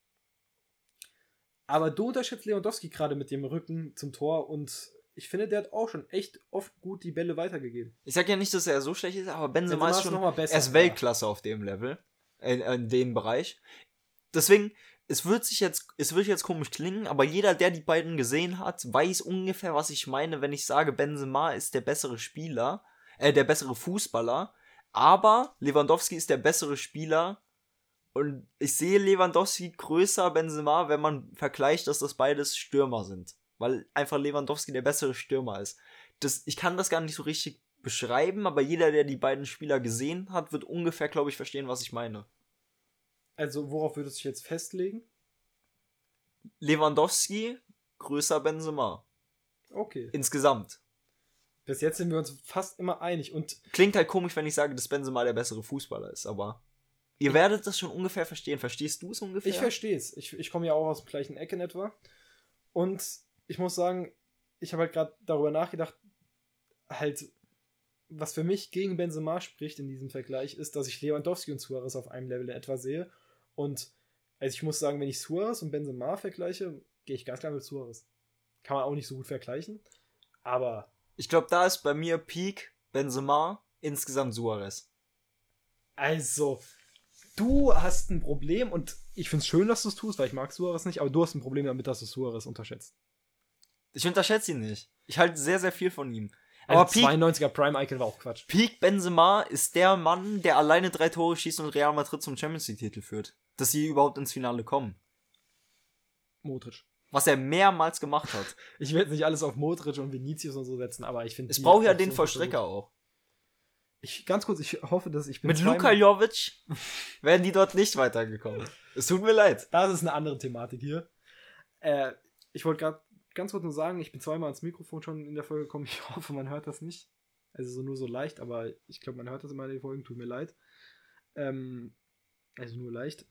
Speaker 1: Aber du unterschätzt Lewandowski gerade mit dem Rücken zum Tor und ich finde, der hat auch schon echt oft gut die Bälle weitergegeben.
Speaker 2: Ich sag ja nicht, dass er so schlecht ist, aber Benzema ist schon noch mal besser. Er ist Weltklasse auf dem Level. In dem Bereich. Deswegen, es wird jetzt komisch klingen, aber jeder, der die beiden gesehen hat, weiß ungefähr, was ich meine, wenn ich sage, Benzema ist der bessere Spieler, der bessere Fußballer, aber Lewandowski ist der bessere Spieler und ich sehe Lewandowski größer Benzema, wenn man vergleicht, dass das beides Stürmer sind, weil einfach Lewandowski der bessere Stürmer ist. Ich kann das gar nicht so richtig beschreiben, aber jeder, der die beiden Spieler gesehen hat, wird ungefähr, glaube ich, verstehen, was ich meine.
Speaker 1: Also, worauf würdest du dich jetzt festlegen?
Speaker 2: Lewandowski, größer Benzema.
Speaker 1: Okay.
Speaker 2: Insgesamt.
Speaker 1: Bis jetzt sind wir uns fast immer einig und...
Speaker 2: Klingt halt komisch, wenn ich sage, dass Benzema der bessere Fußballer ist, aber ihr werdet das schon ungefähr verstehen. Verstehst du es ungefähr?
Speaker 1: Ich verstehe es. Ich komme ja auch aus dem gleichen Eck in etwa. Und ich muss sagen, ich habe halt gerade darüber nachgedacht, halt, was für mich gegen Benzema spricht in diesem Vergleich, ist, dass ich Lewandowski und Suarez auf einem Level in etwa sehe. Und also ich muss sagen, wenn ich Suarez und Benzema vergleiche, gehe ich ganz klar mit Suarez. Kann man auch nicht so gut vergleichen, aber
Speaker 2: Ich glaube, da ist bei mir Peak Benzema, insgesamt Suarez.
Speaker 1: also, du hast ein Problem und ich finde es schön, dass du es tust, weil ich mag Suarez nicht, aber du hast ein Problem damit, dass du Suarez unterschätzt.
Speaker 2: Ich unterschätze ihn nicht. Ich halte sehr, sehr viel von ihm.
Speaker 1: Aber
Speaker 2: Aber Peak,
Speaker 1: 92er Prime-Icon war auch Quatsch.
Speaker 2: Peak Benzema ist der Mann, der alleine 3 Tore schießt und Real Madrid zum Champions League-Titel führt. Dass sie überhaupt ins Finale kommen.
Speaker 1: Modric.
Speaker 2: Was er mehrmals gemacht hat.
Speaker 1: Ich will jetzt nicht alles auf Modric und Vinicius und so setzen, aber ich finde...
Speaker 2: Es braucht ja den Vollstrecker auch.
Speaker 1: Ganz kurz, ich hoffe, dass ich bin
Speaker 2: Mit Luka Jovic wären die dort nicht weitergekommen. Es tut mir leid.
Speaker 1: Das ist eine andere Thematik hier. Ich wollte gerade ganz kurz nur sagen, ich bin zweimal ans Mikrofon schon in der Folge gekommen. Ich hoffe, man hört das nicht. Also so nur so leicht, aber ich glaube, man hört das immer in den Folgen. Tut mir leid. Also nur leicht.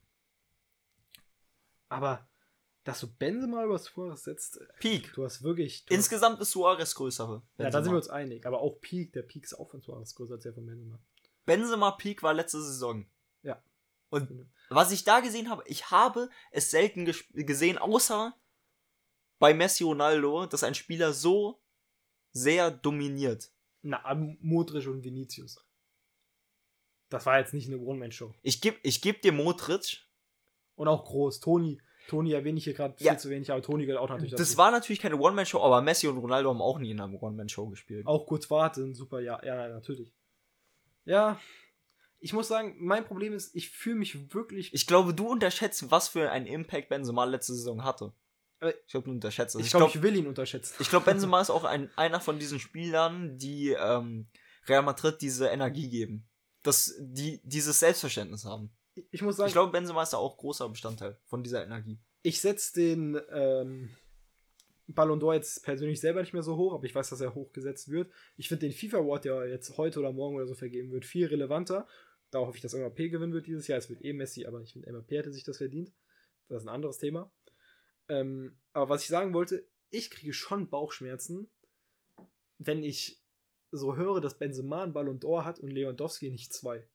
Speaker 1: Aber, dass du Benzema über Suarez setzt,
Speaker 2: Peak.
Speaker 1: du hast wirklich...
Speaker 2: Insgesamt ist Suarez größer.
Speaker 1: Ja, da sind wir uns einig. Aber auch Peak, der Peak ist auch von Suarez größer als der von Benzema.
Speaker 2: Benzema Peak war letzte Saison.
Speaker 1: Ja.
Speaker 2: Und was ich da gesehen habe, ich habe es selten gesehen, außer bei Messi Ronaldo, dass ein Spieler so sehr dominiert.
Speaker 1: Na, Modric und Vinicius. Das war jetzt nicht eine One-Man-Show.
Speaker 2: Ich geb dir Modric.
Speaker 1: Und auch groß. Toni erwähne ich hier gerade viel zu wenig, aber Toni gehört auch natürlich dazu.
Speaker 2: Das war natürlich keine One-Man-Show, aber Messi und Ronaldo haben auch nie in einer One-Man-Show gespielt.
Speaker 1: Auch kurz warten, super, ja, natürlich. Ja, ich muss sagen, mein Problem ist, ich fühle mich wirklich...
Speaker 2: Ich glaube, du unterschätzt, was für einen Impact Benzema letzte Saison hatte. Ich glaube, du unterschätzt es.
Speaker 1: Ich glaube, ich will ihn unterschätzen.
Speaker 2: Ich glaube, Benzema ist auch einer von diesen Spielern, die Real Madrid diese Energie geben. Dass die dieses Selbstverständnis haben.
Speaker 1: Ich muss sagen...
Speaker 2: Ich glaube, Benzema ist da auch großer Bestandteil von dieser Energie.
Speaker 1: Ich setze den Ballon d'Or jetzt persönlich selber nicht mehr so hoch, aber ich weiß, dass er hochgesetzt wird. Ich finde den FIFA Award, der jetzt heute oder morgen oder so vergeben wird, viel relevanter. Da hoffe ich, dass MAP gewinnen wird dieses Jahr. Es wird Messi, aber ich finde, MAP hätte sich das verdient. Das ist ein anderes Thema. Aber was ich sagen wollte, ich kriege schon Bauchschmerzen, wenn ich so höre, dass Benzema einen Ballon d'Or hat und Lewandowski nicht 2.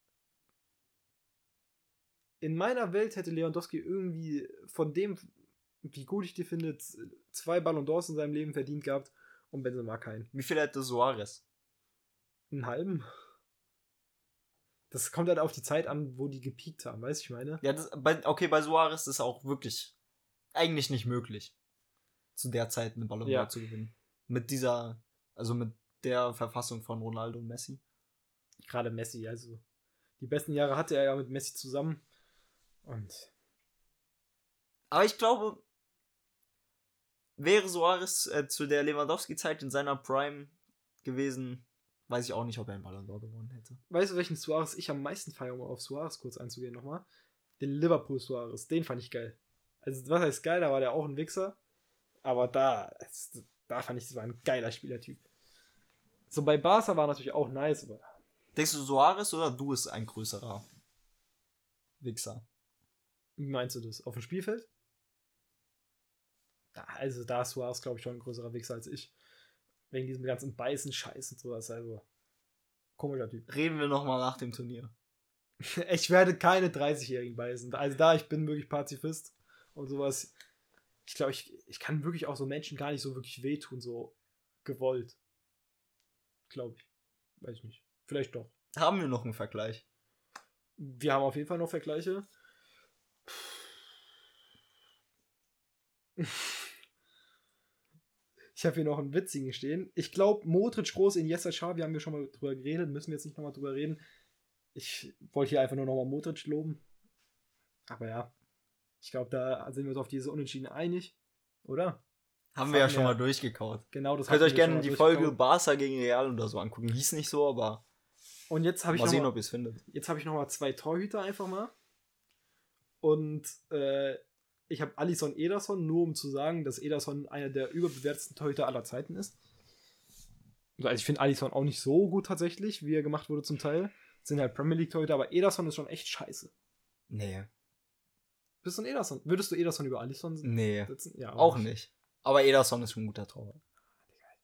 Speaker 1: In meiner Welt hätte Lewandowski irgendwie von dem, wie gut ich die finde, 2 Ballon d'Ors in seinem Leben verdient gehabt und Benzema keinen.
Speaker 2: Wie viel hätte Suarez?
Speaker 1: Einen halben? Das kommt halt auf die Zeit an, wo die gepiekt haben, weißt du, ich meine?
Speaker 2: Ja, bei Suarez ist es auch wirklich eigentlich nicht möglich, zu der Zeit eine Ballon d'Or zu gewinnen. Mit der Verfassung von Ronaldo und Messi.
Speaker 1: Gerade Messi, also die besten Jahre hatte er ja mit Messi zusammen.
Speaker 2: Aber ich glaube, wäre Suarez zu der Lewandowski-Zeit in seiner Prime gewesen, weiß ich auch nicht, ob er einen Ballon d'Or gewonnen hätte.
Speaker 1: Weißt du, welchen Suarez ich am meisten feiere, um auf Suarez kurz einzugehen nochmal? Den Liverpool Suarez, den fand ich geil. Also, was heißt geil, da war der auch ein Wichser. Aber da fand ich, das war ein geiler Spielertyp. So, bei Barca war natürlich auch nice, aber...
Speaker 2: Denkst du, Suarez oder du ist ein größerer Wichser?
Speaker 1: Wie meinst du das? Auf dem Spielfeld? Ja, also da ist Suarez, glaube ich, schon ein größerer Wichser als ich. Wegen diesem ganzen Beißen, Scheiß und sowas. Also, komischer Typ.
Speaker 2: Reden wir nochmal nach dem Turnier.
Speaker 1: Ich werde keine 30-Jährigen beißen. Also ich bin wirklich Pazifist und sowas. Ich glaube, ich kann wirklich auch so Menschen gar nicht so wirklich wehtun, so gewollt. Glaube ich. Weiß ich nicht. Vielleicht doch.
Speaker 2: Haben wir noch einen Vergleich?
Speaker 1: Wir haben auf jeden Fall noch Vergleiche. Ich habe hier noch einen witzigen stehen. Ich glaube, Modric, Groß, Iniesta, Xavi haben wir schon mal drüber geredet. Müssen wir jetzt nicht nochmal drüber reden. Ich wollte hier einfach nur nochmal Modric loben. Aber ja, ich glaube, da sind wir uns auf diese Unentschieden einig. Oder?
Speaker 2: Haben wir ja schon mal durchgekaut.
Speaker 1: Genau, das
Speaker 2: könnt ihr euch gerne die Folge Barca gegen Real oder so angucken. Hieß nicht so, aber
Speaker 1: und jetzt habe ich
Speaker 2: mal sehen, ob ihr es findet.
Speaker 1: Jetzt habe ich nochmal 2 Torhüter einfach mal. Und ich habe Alisson Ederson, nur um zu sagen, dass Ederson einer der überbewertetsten Torhüter aller Zeiten ist. Also ich finde Alisson auch nicht so gut tatsächlich, wie er gemacht wurde zum Teil. Das sind halt Premier League Torhüter, aber Ederson ist schon echt scheiße.
Speaker 2: Nee.
Speaker 1: Bist du ein Ederson? Würdest du Ederson über Alisson
Speaker 2: setzen? Nee.
Speaker 1: Ja,
Speaker 2: auch nicht. Aber Ederson ist schon ein guter Torwart.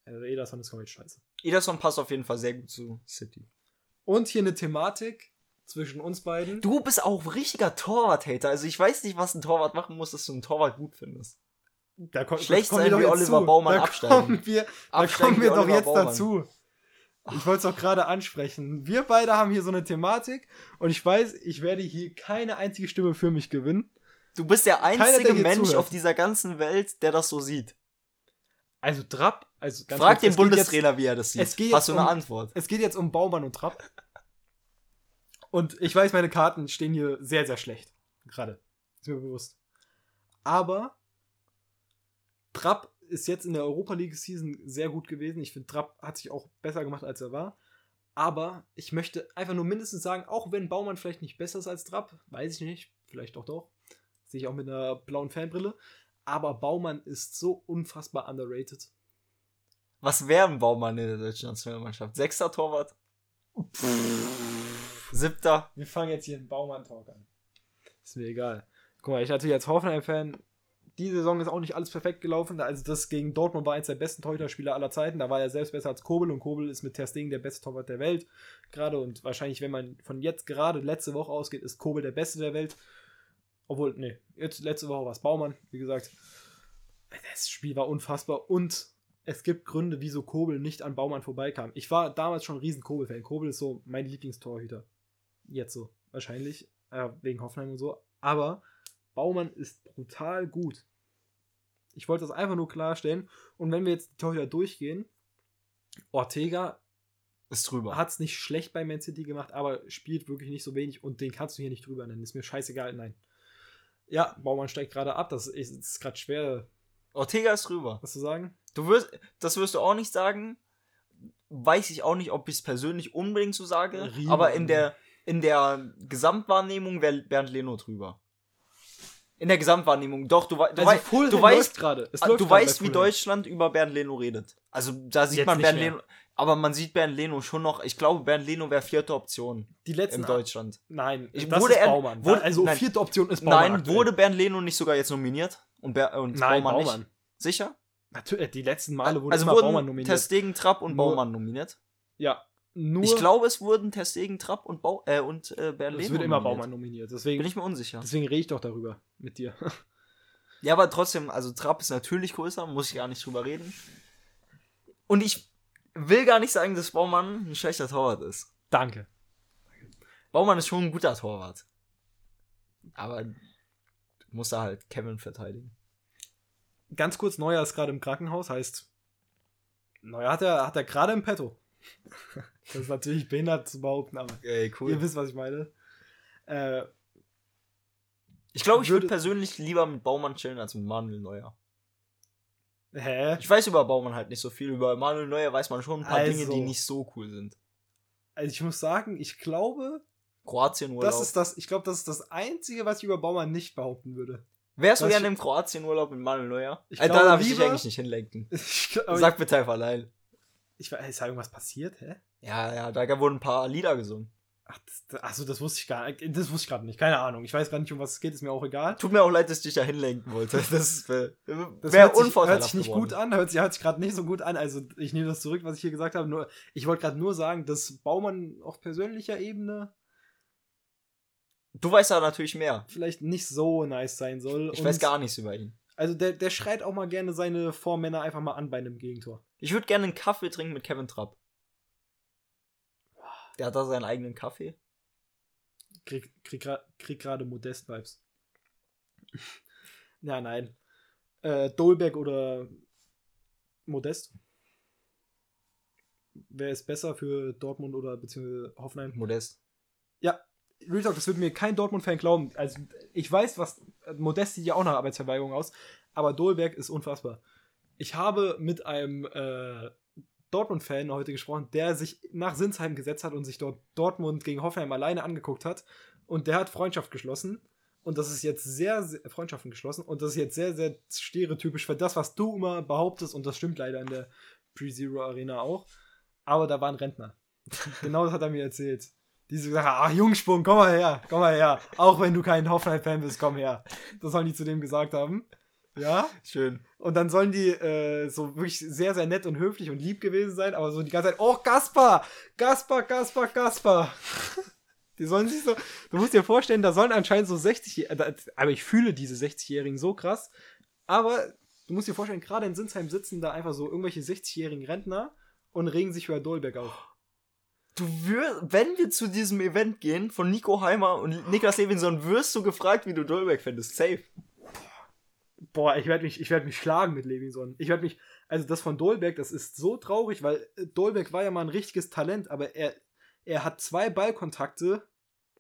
Speaker 1: Also Ederson ist komplett scheiße.
Speaker 2: Ederson passt auf jeden Fall sehr gut zu City.
Speaker 1: Und hier eine Thematik zwischen uns beiden.
Speaker 2: Du bist auch richtiger Torwart-Hater. Also ich weiß nicht, was ein Torwart machen muss, dass du einen Torwart gut findest. Schlecht sein wie Oliver Baumann absteigen.
Speaker 1: Da kommen wir doch jetzt dazu. Ich wollte es doch gerade ansprechen. Wir beide haben hier so eine Thematik und ich weiß, ich werde hier keine einzige Stimme für mich gewinnen.
Speaker 2: Du bist der einzige Mensch auf dieser ganzen Welt, der das so sieht.
Speaker 1: Also Trapp,
Speaker 2: frag den Bundestrainer, wie er das sieht. Hast du eine Antwort?
Speaker 1: Es geht jetzt um Baumann und Trapp. Und ich weiß, meine Karten stehen hier sehr, sehr schlecht. Gerade. Ist mir bewusst. Aber Trapp ist jetzt in der Europa League Season sehr gut gewesen. Ich finde, Trapp hat sich auch besser gemacht, als er war. Aber ich möchte einfach nur mindestens sagen, auch wenn Baumann vielleicht nicht besser ist als Trapp, weiß ich nicht, vielleicht doch. Sehe ich auch mit einer blauen Fanbrille. Aber Baumann ist so unfassbar underrated.
Speaker 2: Was wäre ein Baumann in der deutschen Nationalmannschaft? 6. Torwart? 7.
Speaker 1: Wir fangen jetzt hier einen Baumann-Talk an. Ist mir egal. Guck mal, ich natürlich als Hoffenheim-Fan, die Saison ist auch nicht alles perfekt gelaufen. Also das gegen Dortmund war eins der besten Torhüter-Spieler aller Zeiten. Da war er selbst besser als Kobel und Kobel ist mit Ter Stegen der beste Torwart der Welt. Gerade und wahrscheinlich, wenn man von jetzt gerade letzte Woche ausgeht, ist Kobel der Beste der Welt. Obwohl, nee, jetzt letzte Woche war es Baumann, wie gesagt. Das Spiel war unfassbar und es gibt Gründe, wieso Kobel nicht an Baumann vorbeikam. Ich war damals schon ein riesen Kobel-Fan. Kobel ist so mein Lieblingstorhüter. Jetzt so, wahrscheinlich. Wegen Hoffenheim und so. Aber Baumann ist brutal gut. Ich wollte das einfach nur klarstellen. Und wenn wir jetzt die Torhüter durchgehen, Ortega
Speaker 2: ist drüber.
Speaker 1: Hat es nicht schlecht bei Man City gemacht, aber spielt wirklich nicht so wenig und den kannst du hier nicht drüber nennen. Ist mir scheißegal, nein. Ja, Baumann steigt gerade ab, das ist gerade schwer.
Speaker 2: Ortega ist drüber.
Speaker 1: Was zu sagen?
Speaker 2: Das wirst du auch nicht sagen. Weiß ich auch nicht, ob ich es persönlich unbedingt so sage.
Speaker 1: Riemann.
Speaker 2: Aber in der Gesamtwahrnehmung wäre Bernd Leno drüber. In der Gesamtwahrnehmung, doch, du weißt, wie Deutschland über Bernd Leno redet. Also da sieht man Bernd Leno, aber man sieht Bernd Leno schon noch, ich glaube, Bernd Leno wäre 4. Option in Deutschland.
Speaker 1: Nein,
Speaker 2: das ist Baumann.
Speaker 1: Nein, 4. Option ist Baumann.
Speaker 2: Nein, aktuell. Wurde Bernd Leno nicht sogar jetzt nominiert? Und
Speaker 1: nein,
Speaker 2: Baumann nicht? Sicher?
Speaker 1: Natürlich, die letzten Male
Speaker 2: wurden
Speaker 1: Baumann nominiert.
Speaker 2: Ter Stegen, Trapp und Baumann nominiert?
Speaker 1: Ja.
Speaker 2: Ich glaube, es wurden Ter Stegen, Trapp und Bernd Leno.
Speaker 1: Es wird immer Baumann nominiert. Deswegen
Speaker 2: bin ich mir unsicher.
Speaker 1: Deswegen rede ich doch darüber mit dir.
Speaker 2: Ja, aber trotzdem, also Trapp ist natürlich größer, muss ich gar nicht drüber reden. Und ich will gar nicht sagen, dass Baumann ein schlechter Torwart ist.
Speaker 1: Danke.
Speaker 2: Baumann ist schon ein guter Torwart. Aber muss da halt Kevin verteidigen.
Speaker 1: Ganz kurz, Neuer ist gerade im Krankenhaus, heißt, Neuer hat er gerade im Petto. Das ist natürlich behindert zu behaupten, aber
Speaker 2: cool.
Speaker 1: Ihr wisst, was ich meine.
Speaker 2: Ich glaube, ich würde persönlich lieber mit Baumann chillen als mit Manuel Neuer.
Speaker 1: Hä?
Speaker 2: Ich weiß über Baumann halt nicht so viel. Über Manuel Neuer weiß man schon ein paar Dinge, die nicht so cool sind.
Speaker 1: Also ich muss sagen, ich glaube,
Speaker 2: Kroatienurlaub.
Speaker 1: Ich glaube, das ist das Einzige, was ich über Baumann nicht behaupten würde.
Speaker 2: Wärst du gerne im Kroatienurlaub mit Manuel Neuer?
Speaker 1: Da
Speaker 2: darf ich dich eigentlich nicht hinlenken. Sag bitte einfach allein.
Speaker 1: Ist da irgendwas passiert, hä?
Speaker 2: Ja, da wurden ein paar Lieder gesungen.
Speaker 1: Achso, das wusste ich gerade nicht. Keine Ahnung. Ich weiß gar nicht, um was es geht, ist mir auch egal.
Speaker 2: Tut mir auch leid, dass ich dich da hinlenken wollte. Das wäre unvorteilhaft.
Speaker 1: Hört sich nicht gut an, hört sich gerade nicht so gut an. Also ich nehme das zurück, was ich hier gesagt habe. Ich wollte gerade nur sagen, dass Baumann auf persönlicher Ebene
Speaker 2: du weißt ja natürlich mehr.
Speaker 1: Vielleicht nicht so nice sein soll.
Speaker 2: Ich weiß gar nichts über ihn.
Speaker 1: Also der schreit auch mal gerne seine Vormänner einfach mal an bei einem Gegentor.
Speaker 2: Ich würde gerne einen Kaffee trinken mit Kevin Trapp. Der hat da seinen eigenen Kaffee.
Speaker 1: Krieg gerade Modest-Vibes. Ja, nein. Dolberg oder Modest? Wer ist besser für Dortmund oder beziehungsweise Hoffenheim?
Speaker 2: Modest.
Speaker 1: Ja, Real Talk, das wird mir kein Dortmund-Fan glauben. Also ich weiß, was Modest sieht ja auch nach Arbeitsverweigerung aus, aber Dolberg ist unfassbar. Ich habe mit einem Dortmund-Fan heute gesprochen, der sich nach Sinsheim gesetzt hat und sich dort Dortmund gegen Hoffenheim alleine angeguckt hat. Und der hat Freundschaft geschlossen. Und das ist jetzt sehr, sehr Freundschaften geschlossen. Und das ist jetzt sehr, sehr stereotypisch für das, was du immer behauptest. Und das stimmt leider in der Pre-Zero Arena auch. Aber da war ein Rentner. Genau das hat er mir erzählt. Diese Sache, Jungsprung, komm mal her. Auch wenn du kein Hoffenheim-Fan bist, komm her. Das sollen die zu dem gesagt haben. Ja?
Speaker 2: Schön.
Speaker 1: Und dann sollen die so wirklich sehr, sehr nett und höflich und lieb gewesen sein, aber so die ganze Zeit, oh, Gaspar! Gaspar, Gaspar, Gaspar! Die sollen sich so, du musst dir vorstellen, da sollen anscheinend so 60-Jährige, aber ich fühle diese 60-Jährigen so krass, aber du musst dir vorstellen, gerade in Sinsheim sitzen da einfach so irgendwelche 60-jährigen Rentner und regen sich über Dolberg auf.
Speaker 2: Wenn wir zu diesem Event gehen von Nico Heimer und Niklas Levinson, wirst du gefragt, wie du Dolberg fändest. Safe.
Speaker 1: Boah, ich werd mich schlagen mit Levinson. Also das von Dolberg, das ist so traurig, weil Dolberg war ja mal ein richtiges Talent, aber er hat 2 Ballkontakte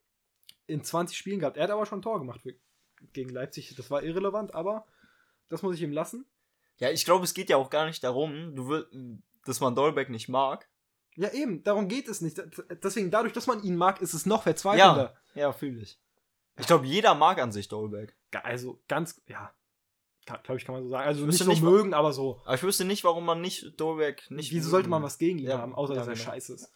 Speaker 1: in 20 Spielen gehabt. Er hat aber schon ein Tor gemacht gegen Leipzig. Das war irrelevant, aber das muss ich ihm lassen.
Speaker 2: Ja, ich glaube, es geht ja auch gar nicht darum, dass man Dolberg nicht mag.
Speaker 1: Ja, eben, darum geht es nicht. Deswegen, dadurch, dass man ihn mag, ist es noch verzweifelnder.
Speaker 2: Ja, fühle ich. Ich glaube, jeder mag an sich Dolberg.
Speaker 1: Also, ganz, ja, glaube ich, kann man so sagen. Also
Speaker 2: Ich
Speaker 1: nicht
Speaker 2: wüsste
Speaker 1: so
Speaker 2: nicht,
Speaker 1: mögen, aber so.
Speaker 2: Aber ich wüsste nicht, warum man nicht Dolberg nicht.
Speaker 1: Wieso sollte man was gegen ihn
Speaker 2: Ja,
Speaker 1: haben, außer
Speaker 2: ja,
Speaker 1: dass er
Speaker 2: genau.
Speaker 1: scheiße ist?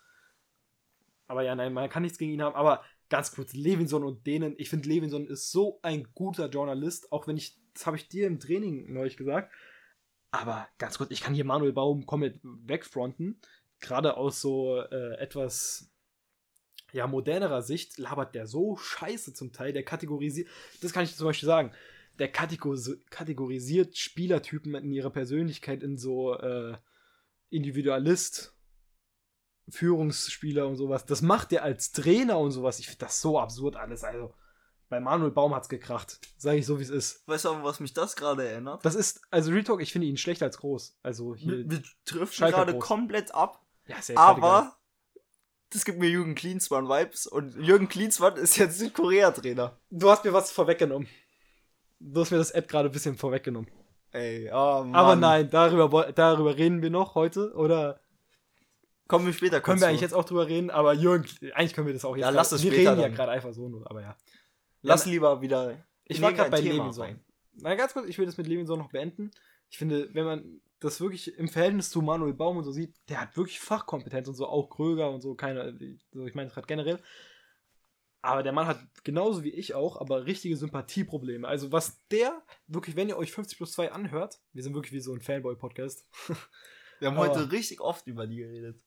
Speaker 1: Aber ja, nein, man kann nichts gegen ihn haben. Aber ganz kurz, Levinson und denen, ich finde, Levinson ist so ein guter Journalist, auch wenn das habe ich dir im Training neulich gesagt. Aber ganz kurz, ich kann hier Manuel Baum komplett wegfronten. Gerade aus so etwas ja, modernerer Sicht labert der so scheiße zum Teil. Der kategorisiert, das kann ich zum Beispiel sagen, der kategorisiert Spielertypen in ihrer Persönlichkeit in so Individualist, Führungsspieler und sowas. Das macht der als Trainer und sowas. Ich finde das so absurd alles. Also, bei Manuel Baum hat's gekracht. Sag ich so, wie es ist.
Speaker 2: Weißt du, an was mich das gerade erinnert?
Speaker 1: Das ist, also Real Talk, ich finde ihn schlechter als groß. Also hier.
Speaker 2: Wir driften
Speaker 1: Schalke
Speaker 2: gerade
Speaker 1: groß.
Speaker 2: komplett ab.
Speaker 1: Ja, ist ja jetzt
Speaker 2: Aber das gibt mir Jürgen Klinsmann-Vibes. Und Jürgen Klinsmann ist jetzt Südkorea-Trainer.
Speaker 1: du hast mir was vorweggenommen. Du hast mir das Ad gerade ein bisschen vorweggenommen.
Speaker 2: Ey, oh Mann.
Speaker 1: Aber nein, darüber reden wir noch heute. Oder
Speaker 2: Kommen wir später
Speaker 1: können wir eigentlich jetzt auch drüber reden? Aber Jürgen, eigentlich können wir das auch jetzt.
Speaker 2: Ja, lass es
Speaker 1: wir
Speaker 2: später
Speaker 1: reden ja
Speaker 2: dann.
Speaker 1: gerade einfach so nur, aber ja.
Speaker 2: Lass lieber wieder.
Speaker 1: Ich war gerade bei
Speaker 2: Thema
Speaker 1: Levinson.
Speaker 2: rein.
Speaker 1: Na, ganz kurz, ich will das mit Levinson noch beenden. Ich finde, wenn man das wirklich im Verhältnis zu Manuel Baum und so sieht, der hat wirklich Fachkompetenz und so, auch Kröger und so, ich meine es gerade generell. Aber der Mann hat genauso wie ich auch, aber richtige Sympathieprobleme. Also was der wirklich, wenn ihr euch 50+2 anhört, wir sind wirklich wie so ein Fanboy-Podcast.
Speaker 2: Wir haben
Speaker 1: Aber-
Speaker 2: heute richtig oft über die geredet.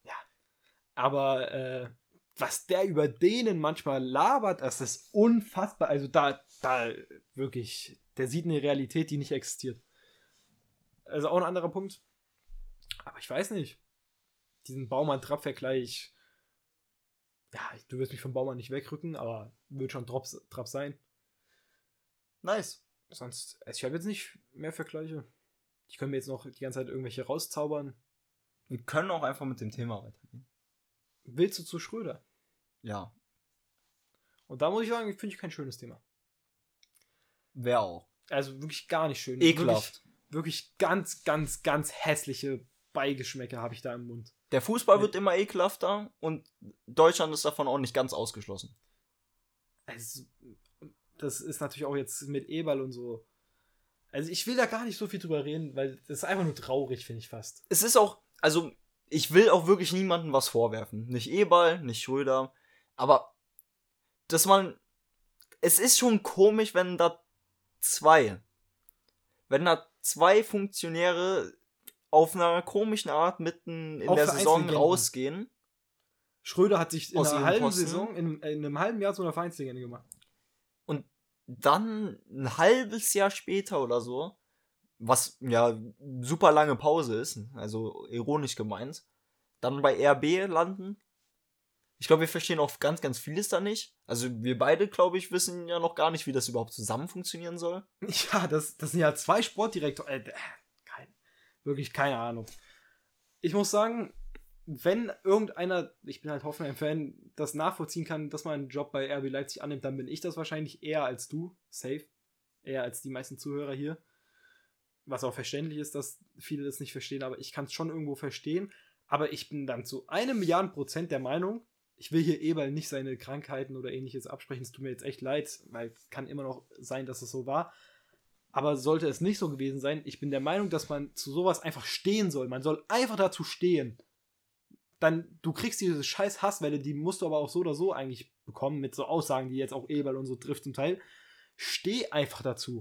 Speaker 1: Aber was der über denen manchmal labert, das ist unfassbar. Also da wirklich, der sieht eine Realität, die nicht existiert. Also auch ein anderer Punkt. Aber ich weiß nicht. Diesen Baumann-Trapp-Vergleich. Ja, du wirst mich vom Baumann nicht wegrücken, aber wird schon Trapp sein.
Speaker 2: Nice.
Speaker 1: Sonst, also ich habe jetzt nicht mehr Vergleiche. Ich könnte mir jetzt noch die ganze Zeit irgendwelche rauszaubern.
Speaker 2: Wir können auch einfach mit dem Thema weitergehen.
Speaker 1: Willst du zu Schröder?
Speaker 2: Ja.
Speaker 1: Und da muss ich sagen, finde ich kein schönes Thema.
Speaker 2: Wer auch.
Speaker 1: Also wirklich gar nicht schön.
Speaker 2: Ekelhaft.
Speaker 1: Wirklich ganz, ganz, ganz hässliche Beigeschmäcker habe ich da im Mund.
Speaker 2: Der Fußball wird immer ekelhafter und Deutschland ist davon auch nicht ganz ausgeschlossen.
Speaker 1: Also, das ist natürlich auch jetzt mit Eberl und so. Also ich will da gar nicht so viel drüber reden, weil das ist einfach nur traurig, finde ich fast.
Speaker 2: Es ist auch, also ich will auch wirklich niemandem was vorwerfen. Nicht Eberl, nicht Schröder, aber es ist schon komisch, wenn da zwei Funktionäre auf einer komischen Art mitten in
Speaker 1: Auch
Speaker 2: der Saison
Speaker 1: Vereinslegenden.
Speaker 2: rausgehen.
Speaker 1: Schröder hat sich in
Speaker 2: Aus
Speaker 1: einer
Speaker 2: ihrem
Speaker 1: halben
Speaker 2: Posten.
Speaker 1: Saison, in einem halben Jahr zu einer Vereinslegende gemacht.
Speaker 2: Und dann ein halbes Jahr später oder so, was ja super lange Pause ist, also ironisch gemeint, dann bei RB landen. Ich glaube, wir verstehen auch ganz, ganz vieles da nicht. Also wir beide, glaube ich, wissen ja noch gar nicht, wie das überhaupt zusammen funktionieren soll.
Speaker 1: Ja, das sind ja 2 Sportdirektoren. Wirklich keine Ahnung. Ich muss sagen, wenn irgendeiner, ich bin halt Hoffenheim-Fan, das nachvollziehen kann, dass man einen Job bei RB Leipzig annimmt, dann bin ich das wahrscheinlich eher als du. Safe. Eher als die meisten Zuhörer hier. Was auch verständlich ist, dass viele das nicht verstehen, aber ich kann es schon irgendwo verstehen. Aber ich bin dann zu 1.000.000% der Meinung, ich will hier Eberl nicht seine Krankheiten oder ähnliches absprechen. Es tut mir jetzt echt leid, weil es kann immer noch sein, dass es so war. Aber sollte es nicht so gewesen sein, ich bin der Meinung, dass man zu sowas einfach stehen soll. Man soll einfach dazu stehen. Dann, du kriegst diese scheiß Hasswelle, die musst du aber auch so oder so eigentlich bekommen, mit so Aussagen, die jetzt auch Eberl und so trifft zum Teil. Steh einfach dazu.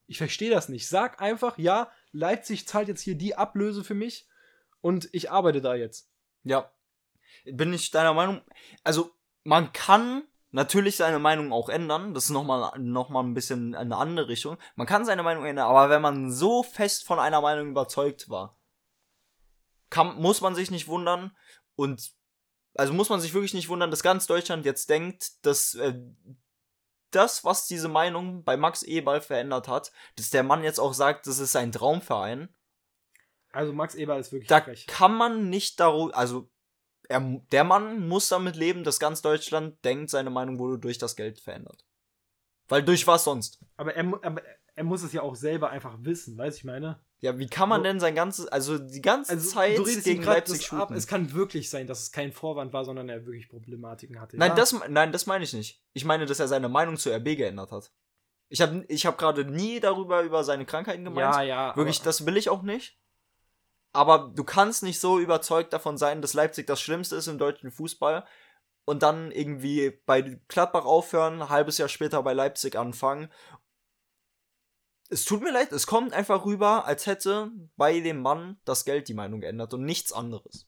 Speaker 1: Ich verstehe das nicht. Sag einfach, ja, Leipzig zahlt jetzt hier die Ablöse für mich und ich arbeite da jetzt.
Speaker 2: Ja. Bin ich deiner Meinung? Also, man kann natürlich seine Meinung auch ändern. Das ist nochmal ein bisschen eine andere Richtung. Man kann seine Meinung ändern, aber wenn man so fest von einer Meinung überzeugt war, muss man sich nicht wundern muss man sich wirklich nicht wundern, dass ganz Deutschland jetzt denkt, dass das, was diese Meinung bei Max Eberl verändert hat, dass der Mann jetzt auch sagt, das ist sein Traumverein.
Speaker 1: Also Max Eberl ist wirklich
Speaker 2: Da
Speaker 1: frech.
Speaker 2: kann man nicht darüber, also der Mann muss damit leben, dass ganz Deutschland denkt, seine Meinung wurde durch das Geld verändert. Weil durch was sonst?
Speaker 1: Aber er muss es ja auch selber einfach wissen, weißt du, ich meine?
Speaker 2: Ja, wie kann man denn die ganze Zeit gegen Leipzig shooten?
Speaker 1: Es kann wirklich sein, dass es kein Vorwand war, sondern er wirklich Problematiken hatte.
Speaker 2: Nein,
Speaker 1: ja?
Speaker 2: das meine ich nicht. Ich meine, dass er seine Meinung zur RB geändert hat. Ich hab gerade nie über seine Krankheiten gemeint.
Speaker 1: Ja.
Speaker 2: Wirklich, das will ich auch nicht. Aber du kannst nicht so überzeugt davon sein, dass Leipzig das Schlimmste ist im deutschen Fußball und dann irgendwie bei Gladbach aufhören, ein halbes Jahr später bei Leipzig anfangen. Es tut mir leid, es kommt einfach rüber, als hätte bei dem Mann das Geld die Meinung geändert und nichts anderes.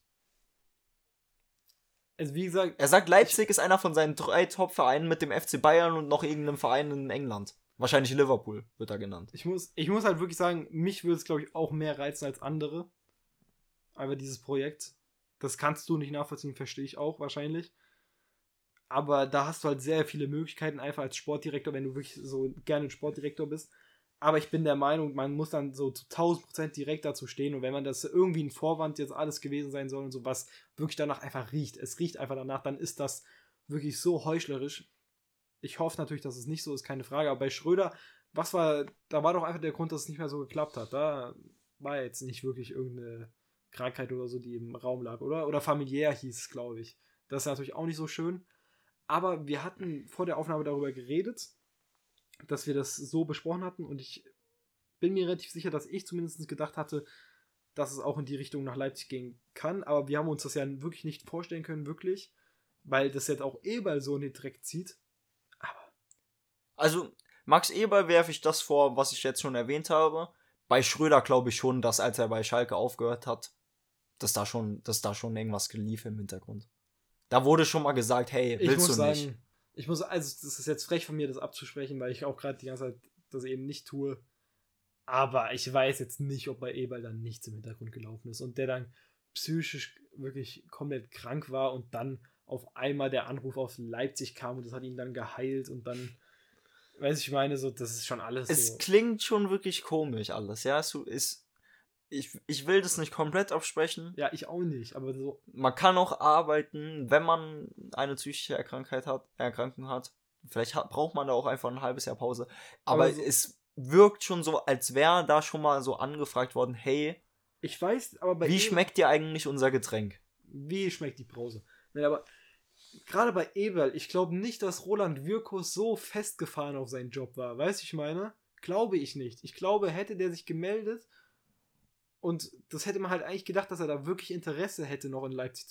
Speaker 1: Also wie gesagt,
Speaker 2: er sagt, Leipzig ist einer von seinen 3 Top-Vereinen mit dem FC Bayern und noch irgendeinem Verein in England. Wahrscheinlich Liverpool wird er genannt.
Speaker 1: Ich muss halt wirklich sagen, mich würde es, glaube ich, auch mehr reizen als andere. Aber dieses Projekt, das kannst du nicht nachvollziehen, verstehe ich auch wahrscheinlich. Aber da hast du halt sehr viele Möglichkeiten, einfach als Sportdirektor, wenn du wirklich so gerne ein Sportdirektor bist. Aber ich bin der Meinung, man muss dann so zu 1000% direkt dazu stehen. Und wenn man das irgendwie ein Vorwand jetzt alles gewesen sein soll und so, was wirklich danach einfach riecht, es riecht einfach danach, dann ist das wirklich so heuchlerisch. Ich hoffe natürlich, dass es nicht so ist, keine Frage. Aber bei Schröder, da war doch einfach der Grund, dass es nicht mehr so geklappt hat. Da war jetzt nicht wirklich irgendeine Krankheit oder so, die im Raum lag, oder? Oder familiär hieß es, glaube ich. Das ist natürlich auch nicht so schön. Aber wir hatten vor der Aufnahme darüber geredet, dass wir das so besprochen hatten und ich bin mir relativ sicher, dass ich zumindest gedacht hatte, dass es auch in die Richtung nach Leipzig gehen kann, aber wir haben uns das ja wirklich nicht vorstellen können, wirklich, weil das jetzt auch Eberl so in den Dreck zieht. Aber
Speaker 2: also, Max Eberl werfe ich das vor, was ich jetzt schon erwähnt habe. Bei Schröder glaube ich schon, dass als er bei Schalke aufgehört hat, dass da schon irgendwas lief im Hintergrund. Da wurde schon mal gesagt, hey, willst du nicht?
Speaker 1: Also das ist jetzt frech von mir, das abzusprechen, weil ich auch gerade die ganze Zeit das eben nicht tue. Aber ich weiß jetzt nicht, ob bei Eberl dann nichts im Hintergrund gelaufen ist und der dann psychisch wirklich komplett krank war und dann auf einmal der Anruf aus Leipzig kam und das hat ihn dann geheilt und dann, weiß ich meine, so, das ist schon alles
Speaker 2: es
Speaker 1: so.
Speaker 2: Es klingt schon wirklich komisch alles, ja, ich will das nicht komplett absprechen.
Speaker 1: Ja, ich auch nicht, aber so.
Speaker 2: Man kann auch arbeiten, wenn man eine psychische Erkrankung hat. Vielleicht braucht man da auch einfach ein halbes Jahr Pause. Aber so, es wirkt schon so, als wäre da schon mal so angefragt worden, hey,
Speaker 1: ich weiß, aber
Speaker 2: wie schmeckt dir eigentlich unser Getränk?
Speaker 1: Wie schmeckt die Brause? Nein, aber gerade bei Eberl, ich glaube nicht, dass Roland Wirkus so festgefahren auf seinen Job war. Weißt du, ich meine? Glaube ich nicht. Ich glaube, hätte der sich gemeldet und das hätte man halt eigentlich gedacht, dass er da wirklich Interesse hätte, noch in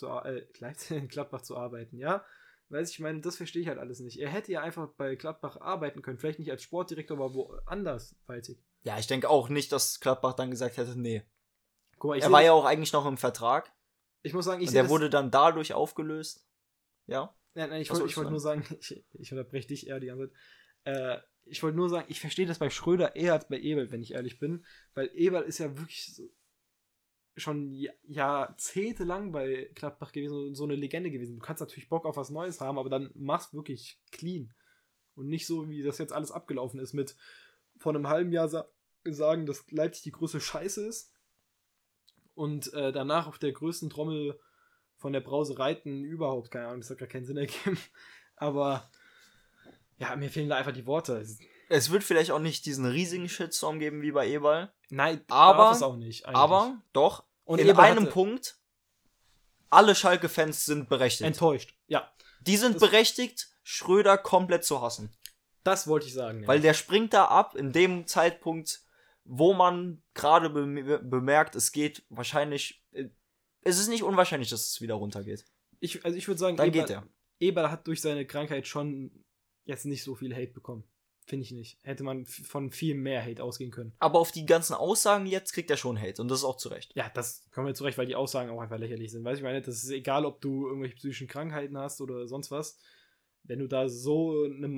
Speaker 1: in Gladbach zu arbeiten, ja? Weißt du, ich meine, das verstehe ich halt alles nicht. Er hätte ja einfach bei Gladbach arbeiten können. Vielleicht nicht als Sportdirektor, aber woanders, weiß ich.
Speaker 2: Ja, ich denke auch nicht, dass Gladbach dann gesagt hätte, nee.
Speaker 1: Guck mal,
Speaker 2: er war ja auch eigentlich noch im Vertrag.
Speaker 1: Ich muss sagen,
Speaker 2: und der wurde dann dadurch aufgelöst. Ja?
Speaker 1: Nein, ich wollte nur sagen, ich unterbreche dich eher die ganze Zeit. Ich wollte nur sagen, ich verstehe das bei Schröder eher als bei Eberl, wenn ich ehrlich bin. Weil Eberl ist ja wirklich schon jahrzehntelang bei Gladbach gewesen, so eine Legende gewesen. Du kannst natürlich Bock auf was Neues haben, aber dann mach's wirklich clean. Und nicht so, wie das jetzt alles abgelaufen ist, mit vor einem halben Jahr sagen, dass Leipzig die größte Scheiße ist. Und danach auf der größten Trommel von der Brause reiten überhaupt, keine Ahnung, das hat gar keinen Sinn ergeben. Aber ja, mir fehlen da einfach die Worte.
Speaker 2: Es wird vielleicht auch nicht diesen riesigen Shitstorm geben wie bei Eberl.
Speaker 1: Nein, darf es auch nicht.
Speaker 2: Eigentlich. Aber doch,
Speaker 1: und
Speaker 2: in einem Punkt, alle Schalke-Fans sind berechtigt.
Speaker 1: Enttäuscht, ja.
Speaker 2: Die sind berechtigt, Schröder komplett zu hassen.
Speaker 1: Das wollte ich sagen, ja.
Speaker 2: Weil der springt da ab in dem Zeitpunkt, wo man gerade bemerkt, es geht wahrscheinlich, es ist nicht unwahrscheinlich, dass es wieder runtergeht.
Speaker 1: Ich würde sagen,
Speaker 2: dann geht er.
Speaker 1: Eberl hat durch seine Krankheit schon jetzt nicht so viel Hate bekommen. Finde ich nicht. Hätte man von viel mehr Hate ausgehen können.
Speaker 2: Aber auf die ganzen Aussagen jetzt kriegt er schon Hate und das ist auch zu Recht.
Speaker 1: Ja, das kommen wir zurecht, weil die Aussagen auch einfach lächerlich sind. Weißt du, ich meine, das ist egal, ob du irgendwelche psychischen Krankheiten hast oder sonst was. Wenn du da so eine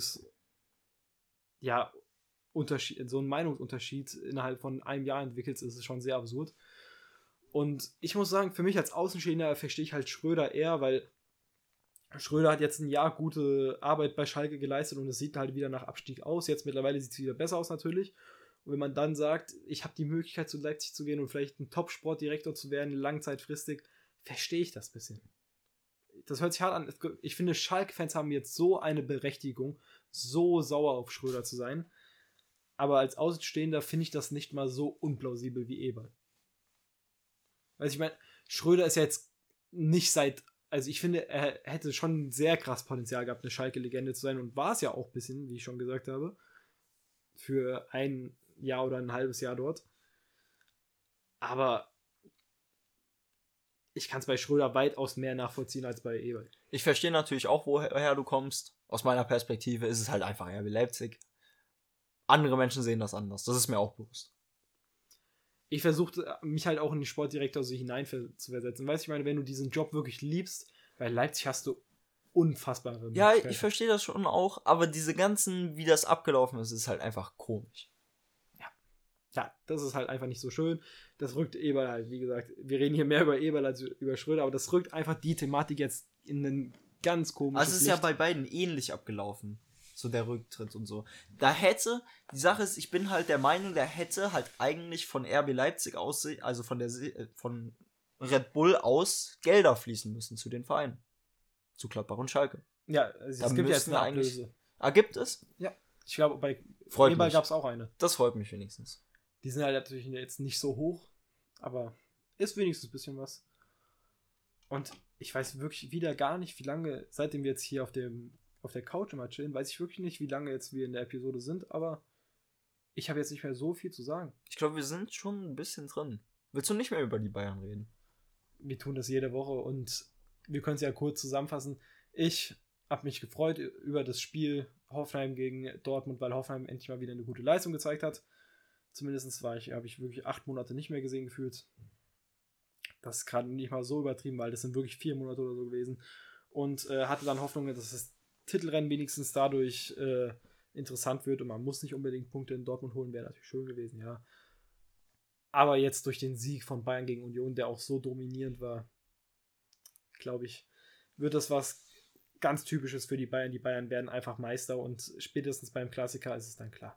Speaker 1: so einen Meinungsunterschied innerhalb von einem Jahr entwickelst, ist es schon sehr absurd. Und ich muss sagen, für mich als Außenstehender verstehe ich halt Schröder eher, weil Schröder hat jetzt ein Jahr gute Arbeit bei Schalke geleistet und es sieht halt wieder nach Abstieg aus. Jetzt mittlerweile sieht es wieder besser aus natürlich. Und wenn man dann sagt, ich habe die Möglichkeit zu Leipzig zu gehen und vielleicht ein Top-Sportdirektor zu werden, langzeitfristig, verstehe ich das ein bisschen. Das hört sich hart an. Ich finde, Schalke-Fans haben jetzt so eine Berechtigung, so sauer auf Schröder zu sein. Aber als Außenstehender finde ich das nicht mal so unplausibel wie Eberl. Also ich meine, Schröder ist ja jetzt nicht also ich finde, er hätte schon sehr krass Potenzial gehabt, eine Schalke-Legende zu sein und war es ja auch ein bisschen, wie ich schon gesagt habe, für ein Jahr oder ein halbes Jahr dort. Aber ich kann es bei Schröder weitaus mehr nachvollziehen als bei Eberl.
Speaker 2: Ich verstehe natürlich auch, woher du kommst. Aus meiner Perspektive ist es halt einfach RB Leipzig. Andere Menschen sehen das anders. Das ist mir auch bewusst.
Speaker 1: Ich versuchte mich halt auch in den Sportdirektor so zu versetzen. Weißt du, ich meine, wenn du diesen Job wirklich liebst, bei Leipzig hast du unfassbare
Speaker 2: Ja, ich verstehe das schon auch, aber diese ganzen, wie das abgelaufen ist halt einfach komisch.
Speaker 1: Ja, das ist halt einfach nicht so schön. Das rückt Eberl halt, wie gesagt, wir reden hier mehr über Eberl als über Schröder, aber das rückt einfach die Thematik jetzt in einen ganz komischen
Speaker 2: Also es ist ja bei beiden ähnlich abgelaufen. So der Rücktritt und so. Die Sache ist, ich bin halt der Meinung, der hätte halt eigentlich von RB Leipzig aus, also von Red Bull aus, Gelder fließen müssen zu den Vereinen. Zu Gladbach und Schalke.
Speaker 1: Ja, also es gibt jetzt eine Ablöse.
Speaker 2: Gibt es?
Speaker 1: Ja. Ich glaube, bei
Speaker 2: Eberl
Speaker 1: gab es auch eine.
Speaker 2: Das freut mich wenigstens.
Speaker 1: Die sind halt natürlich jetzt nicht so hoch, aber ist wenigstens ein bisschen was. Und ich weiß wirklich wieder gar nicht, wie lange, seitdem wir jetzt hier auf der Couch immer chillen, weiß ich wirklich nicht, wie lange jetzt wir in der Episode sind, aber ich habe jetzt nicht mehr so viel zu sagen.
Speaker 2: Ich glaube, wir sind schon ein bisschen drin. Willst du nicht mehr über die Bayern reden?
Speaker 1: Wir tun das jede Woche und wir können es ja kurz zusammenfassen. Ich habe mich gefreut über das Spiel Hoffenheim gegen Dortmund, weil Hoffenheim endlich mal wieder eine gute Leistung gezeigt hat. Zumindest habe ich wirklich 8 Monate nicht mehr gesehen gefühlt. Das ist gerade nicht mal so übertrieben, weil das sind wirklich 4 Monate oder so gewesen. Und hatte dann Hoffnung, dass das Titelrennen wenigstens dadurch interessant wird und man muss nicht unbedingt Punkte in Dortmund holen, wäre natürlich schön gewesen, ja. Aber jetzt durch den Sieg von Bayern gegen Union, der auch so dominierend war, glaube ich, wird das was ganz Typisches für die Bayern. Die Bayern werden einfach Meister und spätestens beim Klassiker ist es dann klar.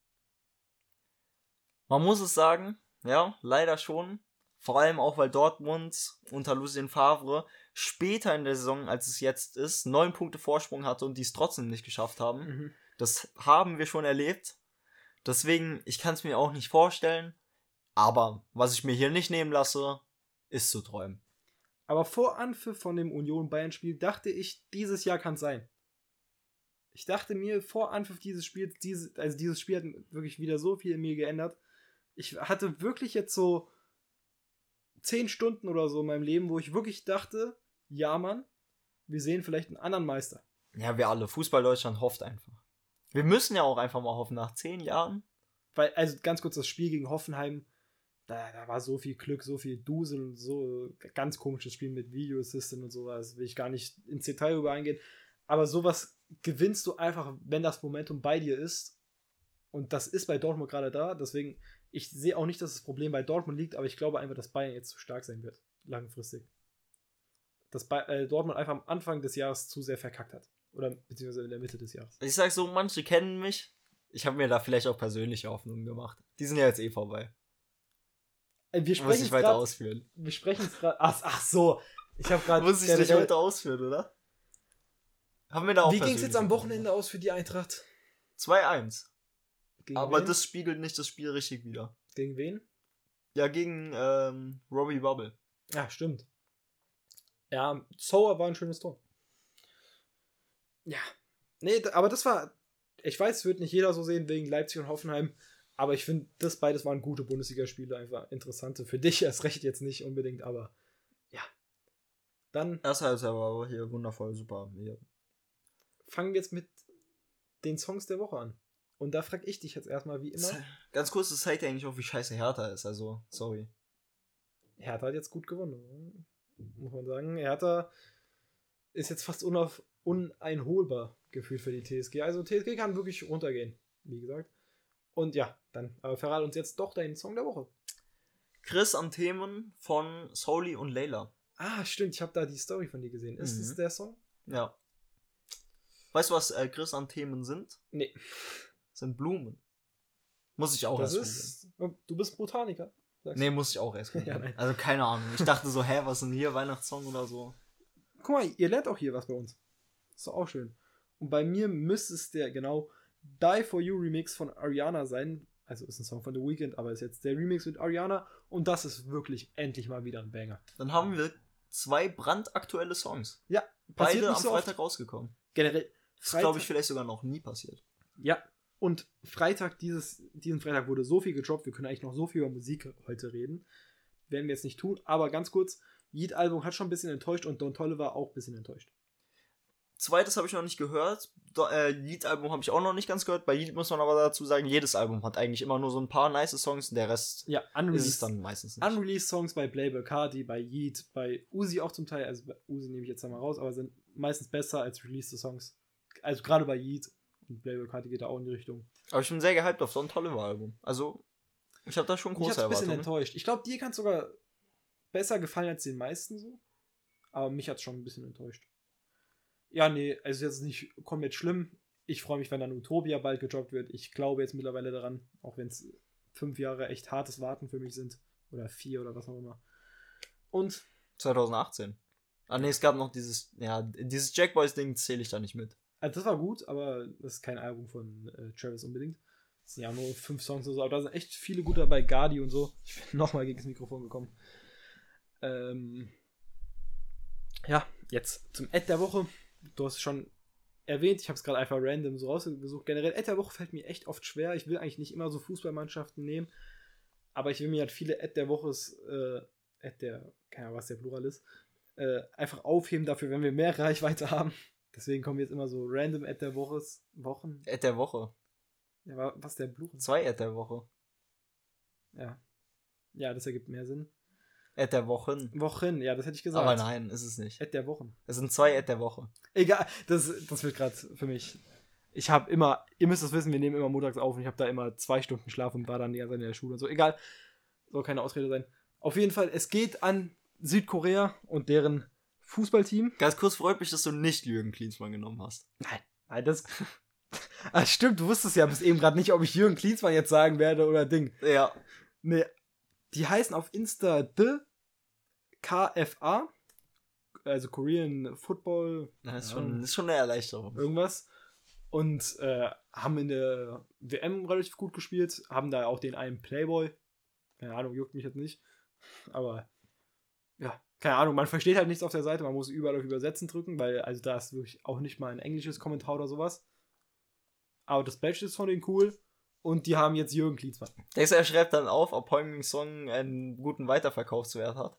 Speaker 2: Man muss es sagen, ja, leider schon. Vor allem auch, weil Dortmund unter Lucien Favre später in der Saison, als es jetzt ist, 9 Punkte Vorsprung hatte und die es trotzdem nicht geschafft haben. Mhm. Das haben wir schon erlebt. Deswegen, ich kann es mir auch nicht vorstellen. Aber was ich mir hier nicht nehmen lasse, ist zu träumen.
Speaker 1: Aber vor Anpfiff von dem Union-Bayern-Spiel dachte ich, dieses Jahr kann es sein. Ich dachte mir, vor Anpfiff dieses Spiels, dieses Spiel hat wirklich wieder so viel in mir geändert. Ich hatte wirklich jetzt so 10 Stunden oder so in meinem Leben, wo ich wirklich dachte, ja Mann, wir sehen vielleicht einen anderen Meister.
Speaker 2: Ja, wir alle. Fußball Deutschland hofft einfach. Wir müssen ja auch einfach mal hoffen, nach 10 Jahren.
Speaker 1: Weil, also ganz kurz, das Spiel gegen Hoffenheim, da war so viel Glück, so viel Dusel und so ganz komisches Spiel mit Video Assistant und sowas. Will ich gar nicht ins Detail über eingehen. Aber sowas gewinnst du einfach, wenn das Momentum bei dir ist. Und das ist bei Dortmund gerade da. Deswegen, ich sehe auch nicht, dass das Problem bei Dortmund liegt, aber ich glaube einfach, dass Bayern jetzt zu stark sein wird. Langfristig. Dass Dortmund einfach am Anfang des Jahres zu sehr verkackt hat. Oder beziehungsweise in der Mitte des Jahres.
Speaker 2: Ich sag so, manche kennen mich. Ich habe mir da vielleicht auch persönliche Hoffnungen gemacht. Die sind ja jetzt eh vorbei.
Speaker 1: Wir sprechen
Speaker 2: muss ich weiter ausführen.
Speaker 1: Wir sprechen es gerade. Ach so. Ich habe gerade.
Speaker 2: Muss ich nicht weiter ausführen, oder? Haben wir da auch.
Speaker 1: Wie ging es jetzt am Wochenende aus für die Eintracht?
Speaker 2: 2-1. Aber
Speaker 1: wen?
Speaker 2: Das spiegelt nicht das Spiel richtig wider.
Speaker 1: Gegen wen?
Speaker 2: Ja, gegen Robbie Bubble.
Speaker 1: Ja, stimmt. Ja, Sauer war ein schönes Tor. Ja. Nee, aber das war. Ich weiß, es wird nicht jeder so sehen wegen Leipzig und Hoffenheim. Aber ich finde, das beides waren gute Bundesligaspiele, einfach interessante. Für dich erst recht jetzt nicht unbedingt, aber ja. Dann.
Speaker 2: Erster Halbzeit war aber hier wundervoll, super. Hier.
Speaker 1: Fangen wir jetzt mit den Songs der Woche an. Und da frage ich dich jetzt erstmal, wie immer.
Speaker 2: Ganz kurz, das zeigt ja eigentlich auch, wie scheiße Hertha ist. Also, sorry.
Speaker 1: Hertha hat jetzt gut gewonnen, muss man sagen. Hertha ist jetzt fast uneinholbar gefühlt für die TSG. Also TSG kann wirklich runtergehen, wie gesagt. Und ja, dann verrat uns jetzt doch deinen Song der Woche.
Speaker 2: Chrysanthemen von Souley und Layla.
Speaker 1: Ah, stimmt, ich habe da die Story von dir gesehen. Ist es der Song?
Speaker 2: Ja. Weißt du, was Chrysanthemen sind?
Speaker 1: Nee.
Speaker 2: Sind Blumen. Muss ich auch
Speaker 1: das
Speaker 2: erst
Speaker 1: ist, du bist Botaniker.
Speaker 2: Nee, muss ich auch erst
Speaker 1: ja,
Speaker 2: also keine Ahnung. Ich dachte so, was ist denn hier, Weihnachtssong oder so?
Speaker 1: Guck mal, ihr lernt auch hier was bei uns. Ist doch auch schön. Und bei mir müsste es der, genau, Die For You Remix von Ariana sein. Also ist ein Song von The Weeknd, aber ist jetzt der Remix mit Ariana. Und das ist wirklich endlich mal wieder ein Banger.
Speaker 2: Dann haben wir 2 brandaktuelle Songs.
Speaker 1: Ja,
Speaker 2: beide am Freitag rausgekommen.
Speaker 1: Generell.
Speaker 2: Das ist, glaube ich, vielleicht sogar noch nie passiert.
Speaker 1: Ja, und diesen Freitag wurde so viel gedroppt, wir können eigentlich noch so viel über Musik heute reden. Werden wir jetzt nicht tun, aber ganz kurz, Yeet-Album hat schon ein bisschen enttäuscht und Don Tolle war auch ein bisschen enttäuscht.
Speaker 2: Zweites habe ich noch nicht gehört. Yeet-Album habe ich auch noch nicht ganz gehört. Bei Yeet muss man aber dazu sagen, jedes Album hat eigentlich immer nur so ein paar nice Songs und der Rest ist es dann meistens nicht.
Speaker 1: Unreleased-Songs bei Playboi Carti, bei Yeet, bei Uzi auch zum Teil, also bei Uzi nehme ich jetzt einmal raus, aber sind meistens besser als released Songs. Also gerade bei Yeet und Playboi Carti geht da auch in die Richtung.
Speaker 2: Aber ich bin sehr gehypt auf so ein tolles Album. Also, ich habe da schon große Erwartungen.
Speaker 1: Ich habe ein bisschen enttäuscht. Ich glaube, dir kann es sogar besser gefallen als den meisten so. Aber mich hat es schon ein bisschen enttäuscht. Ja, nee, also jetzt nicht komplett schlimm. Ich freue mich, wenn dann Utopia bald gedroppt wird. Ich glaube jetzt mittlerweile daran, auch wenn es 5 Jahre echt hartes Warten für mich sind. Oder 4 oder was auch immer. Und
Speaker 2: 2018. Ah nee, es gab noch dieses Jack Boys-Ding zähle ich da nicht mit.
Speaker 1: Also das war gut, aber das ist kein Album von Travis unbedingt. Das sind ja nur 5 Songs oder so, aber da sind echt viele gute dabei, Gardi und so. Ich bin nochmal gegen das Mikrofon gekommen. Ja, jetzt zum Ad der Woche. Du hast es schon erwähnt, ich habe es gerade einfach random so rausgesucht. Generell, Ad der Woche fällt mir echt oft schwer. Ich will eigentlich nicht immer so Fußballmannschaften nehmen, aber ich will mir halt viele Ad der Woche, keine Ahnung, was der Plural ist, einfach aufheben dafür, wenn wir mehr Reichweite haben. Deswegen kommen jetzt immer so random Ad der Woche. Wochen.
Speaker 2: Ad der Woche.
Speaker 1: Ja, was der Plural?
Speaker 2: 2 Ad der Woche.
Speaker 1: Ja. Ja, das ergibt mehr Sinn.
Speaker 2: Ad der Wochen.
Speaker 1: Wochen, ja, das hätte ich gesagt.
Speaker 2: Aber nein, ist es nicht.
Speaker 1: Ad der Wochen.
Speaker 2: Es sind 2 Ad der Woche.
Speaker 1: Egal, das wird gerade für mich. Ich habe immer, ihr müsst das wissen, wir nehmen immer montags auf und ich habe da immer 2 Stunden Schlaf und war dann die ganze Zeit in der Schule und so. Egal, soll keine Ausrede sein. Auf jeden Fall, es geht an Südkorea und deren Fußballteam.
Speaker 2: Ganz kurz, freut mich, dass du nicht Jürgen Klinsmann genommen hast.
Speaker 1: Nein, das. Ah, stimmt, du wusstest ja bis eben gerade nicht, ob ich Jürgen Klinsmann jetzt sagen werde oder Ding.
Speaker 2: Ja.
Speaker 1: Nee, die heißen auf Insta The KFA, also Korean Football.
Speaker 2: Das ist schon eine Erleichterung.
Speaker 1: Irgendwas. Und haben in der WM relativ gut gespielt, haben da auch den einen Playboy. Keine Ahnung, juckt mich jetzt nicht. Aber ja, keine Ahnung, man versteht halt nichts auf der Seite, man muss überall auf Übersetzen drücken, weil also da ist wirklich auch nicht mal ein englisches Kommentar oder sowas. Aber das Badge ist von denen cool und die haben jetzt Jürgen Klinsmann.
Speaker 2: Denkst du, er schreibt dann auf, ob Heung-Min Son einen guten Weiterverkaufswert hat?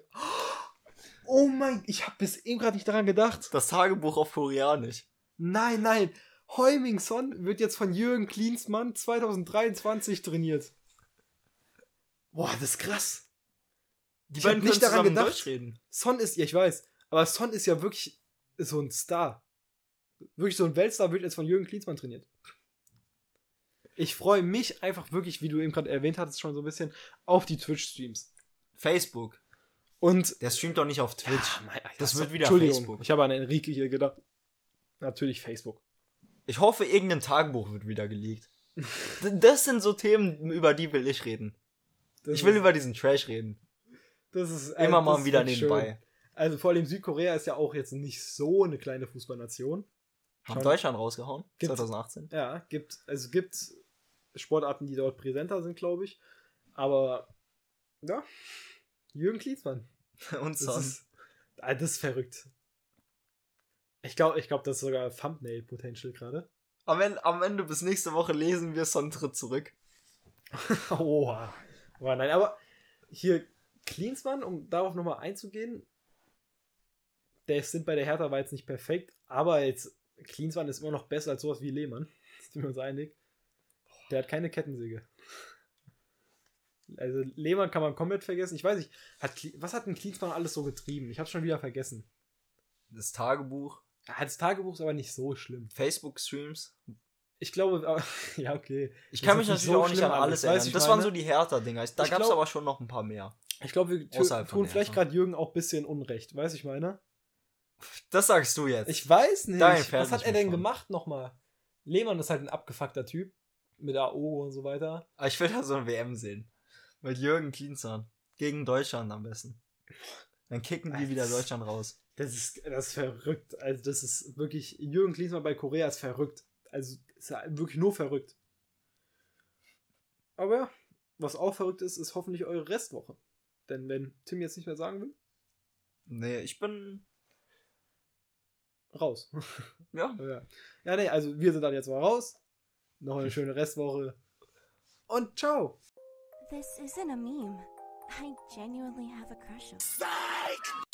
Speaker 1: Oh mein, ich habe bis eben gerade nicht daran gedacht.
Speaker 2: Das Tagebuch auf Koreanisch.
Speaker 1: Nein, Heung-Min Son wird jetzt von Jürgen Klinsmann 2023 trainiert. Boah, das ist krass.
Speaker 2: Die beiden können zusammen durchreden.
Speaker 1: Son ist, ja ich weiß, aber Son ist ja wirklich so ein Star. Wirklich so ein Weltstar wird jetzt von Jürgen Klinsmann trainiert. Ich freue mich einfach wirklich, wie du eben gerade erwähnt hattest, schon so ein bisschen, auf die Twitch-Streams.
Speaker 2: Facebook.
Speaker 1: Und
Speaker 2: der streamt doch nicht auf Twitch.
Speaker 1: Ja,
Speaker 2: das wird wieder
Speaker 1: Entschuldigung,
Speaker 2: Facebook.
Speaker 1: Ich habe an Enrique hier gedacht. Natürlich Facebook.
Speaker 2: Ich hoffe, irgendein Tagebuch wird wieder geleakt. Das sind so Themen, über die will ich reden. Ich will über diesen Trash reden.
Speaker 1: Das ist
Speaker 2: immer mal wieder nebenbei.
Speaker 1: Schön. Also vor allem Südkorea ist ja auch jetzt nicht so eine kleine Fußballnation.
Speaker 2: Haben Deutschland rausgehauen? 2018?
Speaker 1: Ja, gibt Sportarten, die dort präsenter sind, glaube ich. Aber ja, Jürgen Klinsmann.
Speaker 2: Und Son.
Speaker 1: Das ist verrückt. Ich glaube, das ist sogar Thumbnail-Potential gerade.
Speaker 2: Am Ende bis nächste Woche lesen wir, Son tritt zurück.
Speaker 1: Oha. Oh, nein, aber hier Klinsmann, um darauf nochmal einzugehen, der sind bei der Hertha war jetzt nicht perfekt, aber jetzt Klinsmann ist immer noch besser als sowas wie Lehmann. Sind wir uns einig? Der hat keine Kettensäge. Also Lehmann kann man komplett vergessen. Ich weiß nicht, was hat ein Klinsmann alles so getrieben? Ich hab's schon wieder vergessen.
Speaker 2: Das Tagebuch.
Speaker 1: Das Tagebuch ist aber nicht so schlimm.
Speaker 2: Facebook-Streams.
Speaker 1: Ich glaube, ja, okay.
Speaker 2: Ich kann mich natürlich auch nicht an alles erinnern. Das waren so die Hertha-Dinger. Da gab es aber schon noch ein paar mehr.
Speaker 1: Ich glaube, wir tun vielleicht gerade Jürgen auch ein bisschen Unrecht. Weiß ich meine?
Speaker 2: Das sagst du jetzt.
Speaker 1: Ich weiß nicht. Was hat er denn gemacht nochmal? Lehmann ist halt ein abgefuckter Typ. Mit AO und so weiter.
Speaker 2: Aber ich will da so ein WM sehen. Mit Jürgen Klinsmann. Gegen Deutschland am besten. Dann kicken die wieder Deutschland raus.
Speaker 1: Das ist verrückt. Also das ist wirklich, Jürgen Klinsmann bei Korea ist verrückt. Also ist ja wirklich nur verrückt. Aber ja, was auch verrückt ist, ist hoffentlich eure Restwoche. Denn wenn Tim jetzt nicht mehr sagen will.
Speaker 2: Nee, ich bin
Speaker 1: raus.
Speaker 2: Ja.
Speaker 1: Ja, nee, also wir sind dann jetzt mal raus. Noch eine schöne Restwoche. Und ciao.
Speaker 3: This isn't a meme. I genuinely have a crush on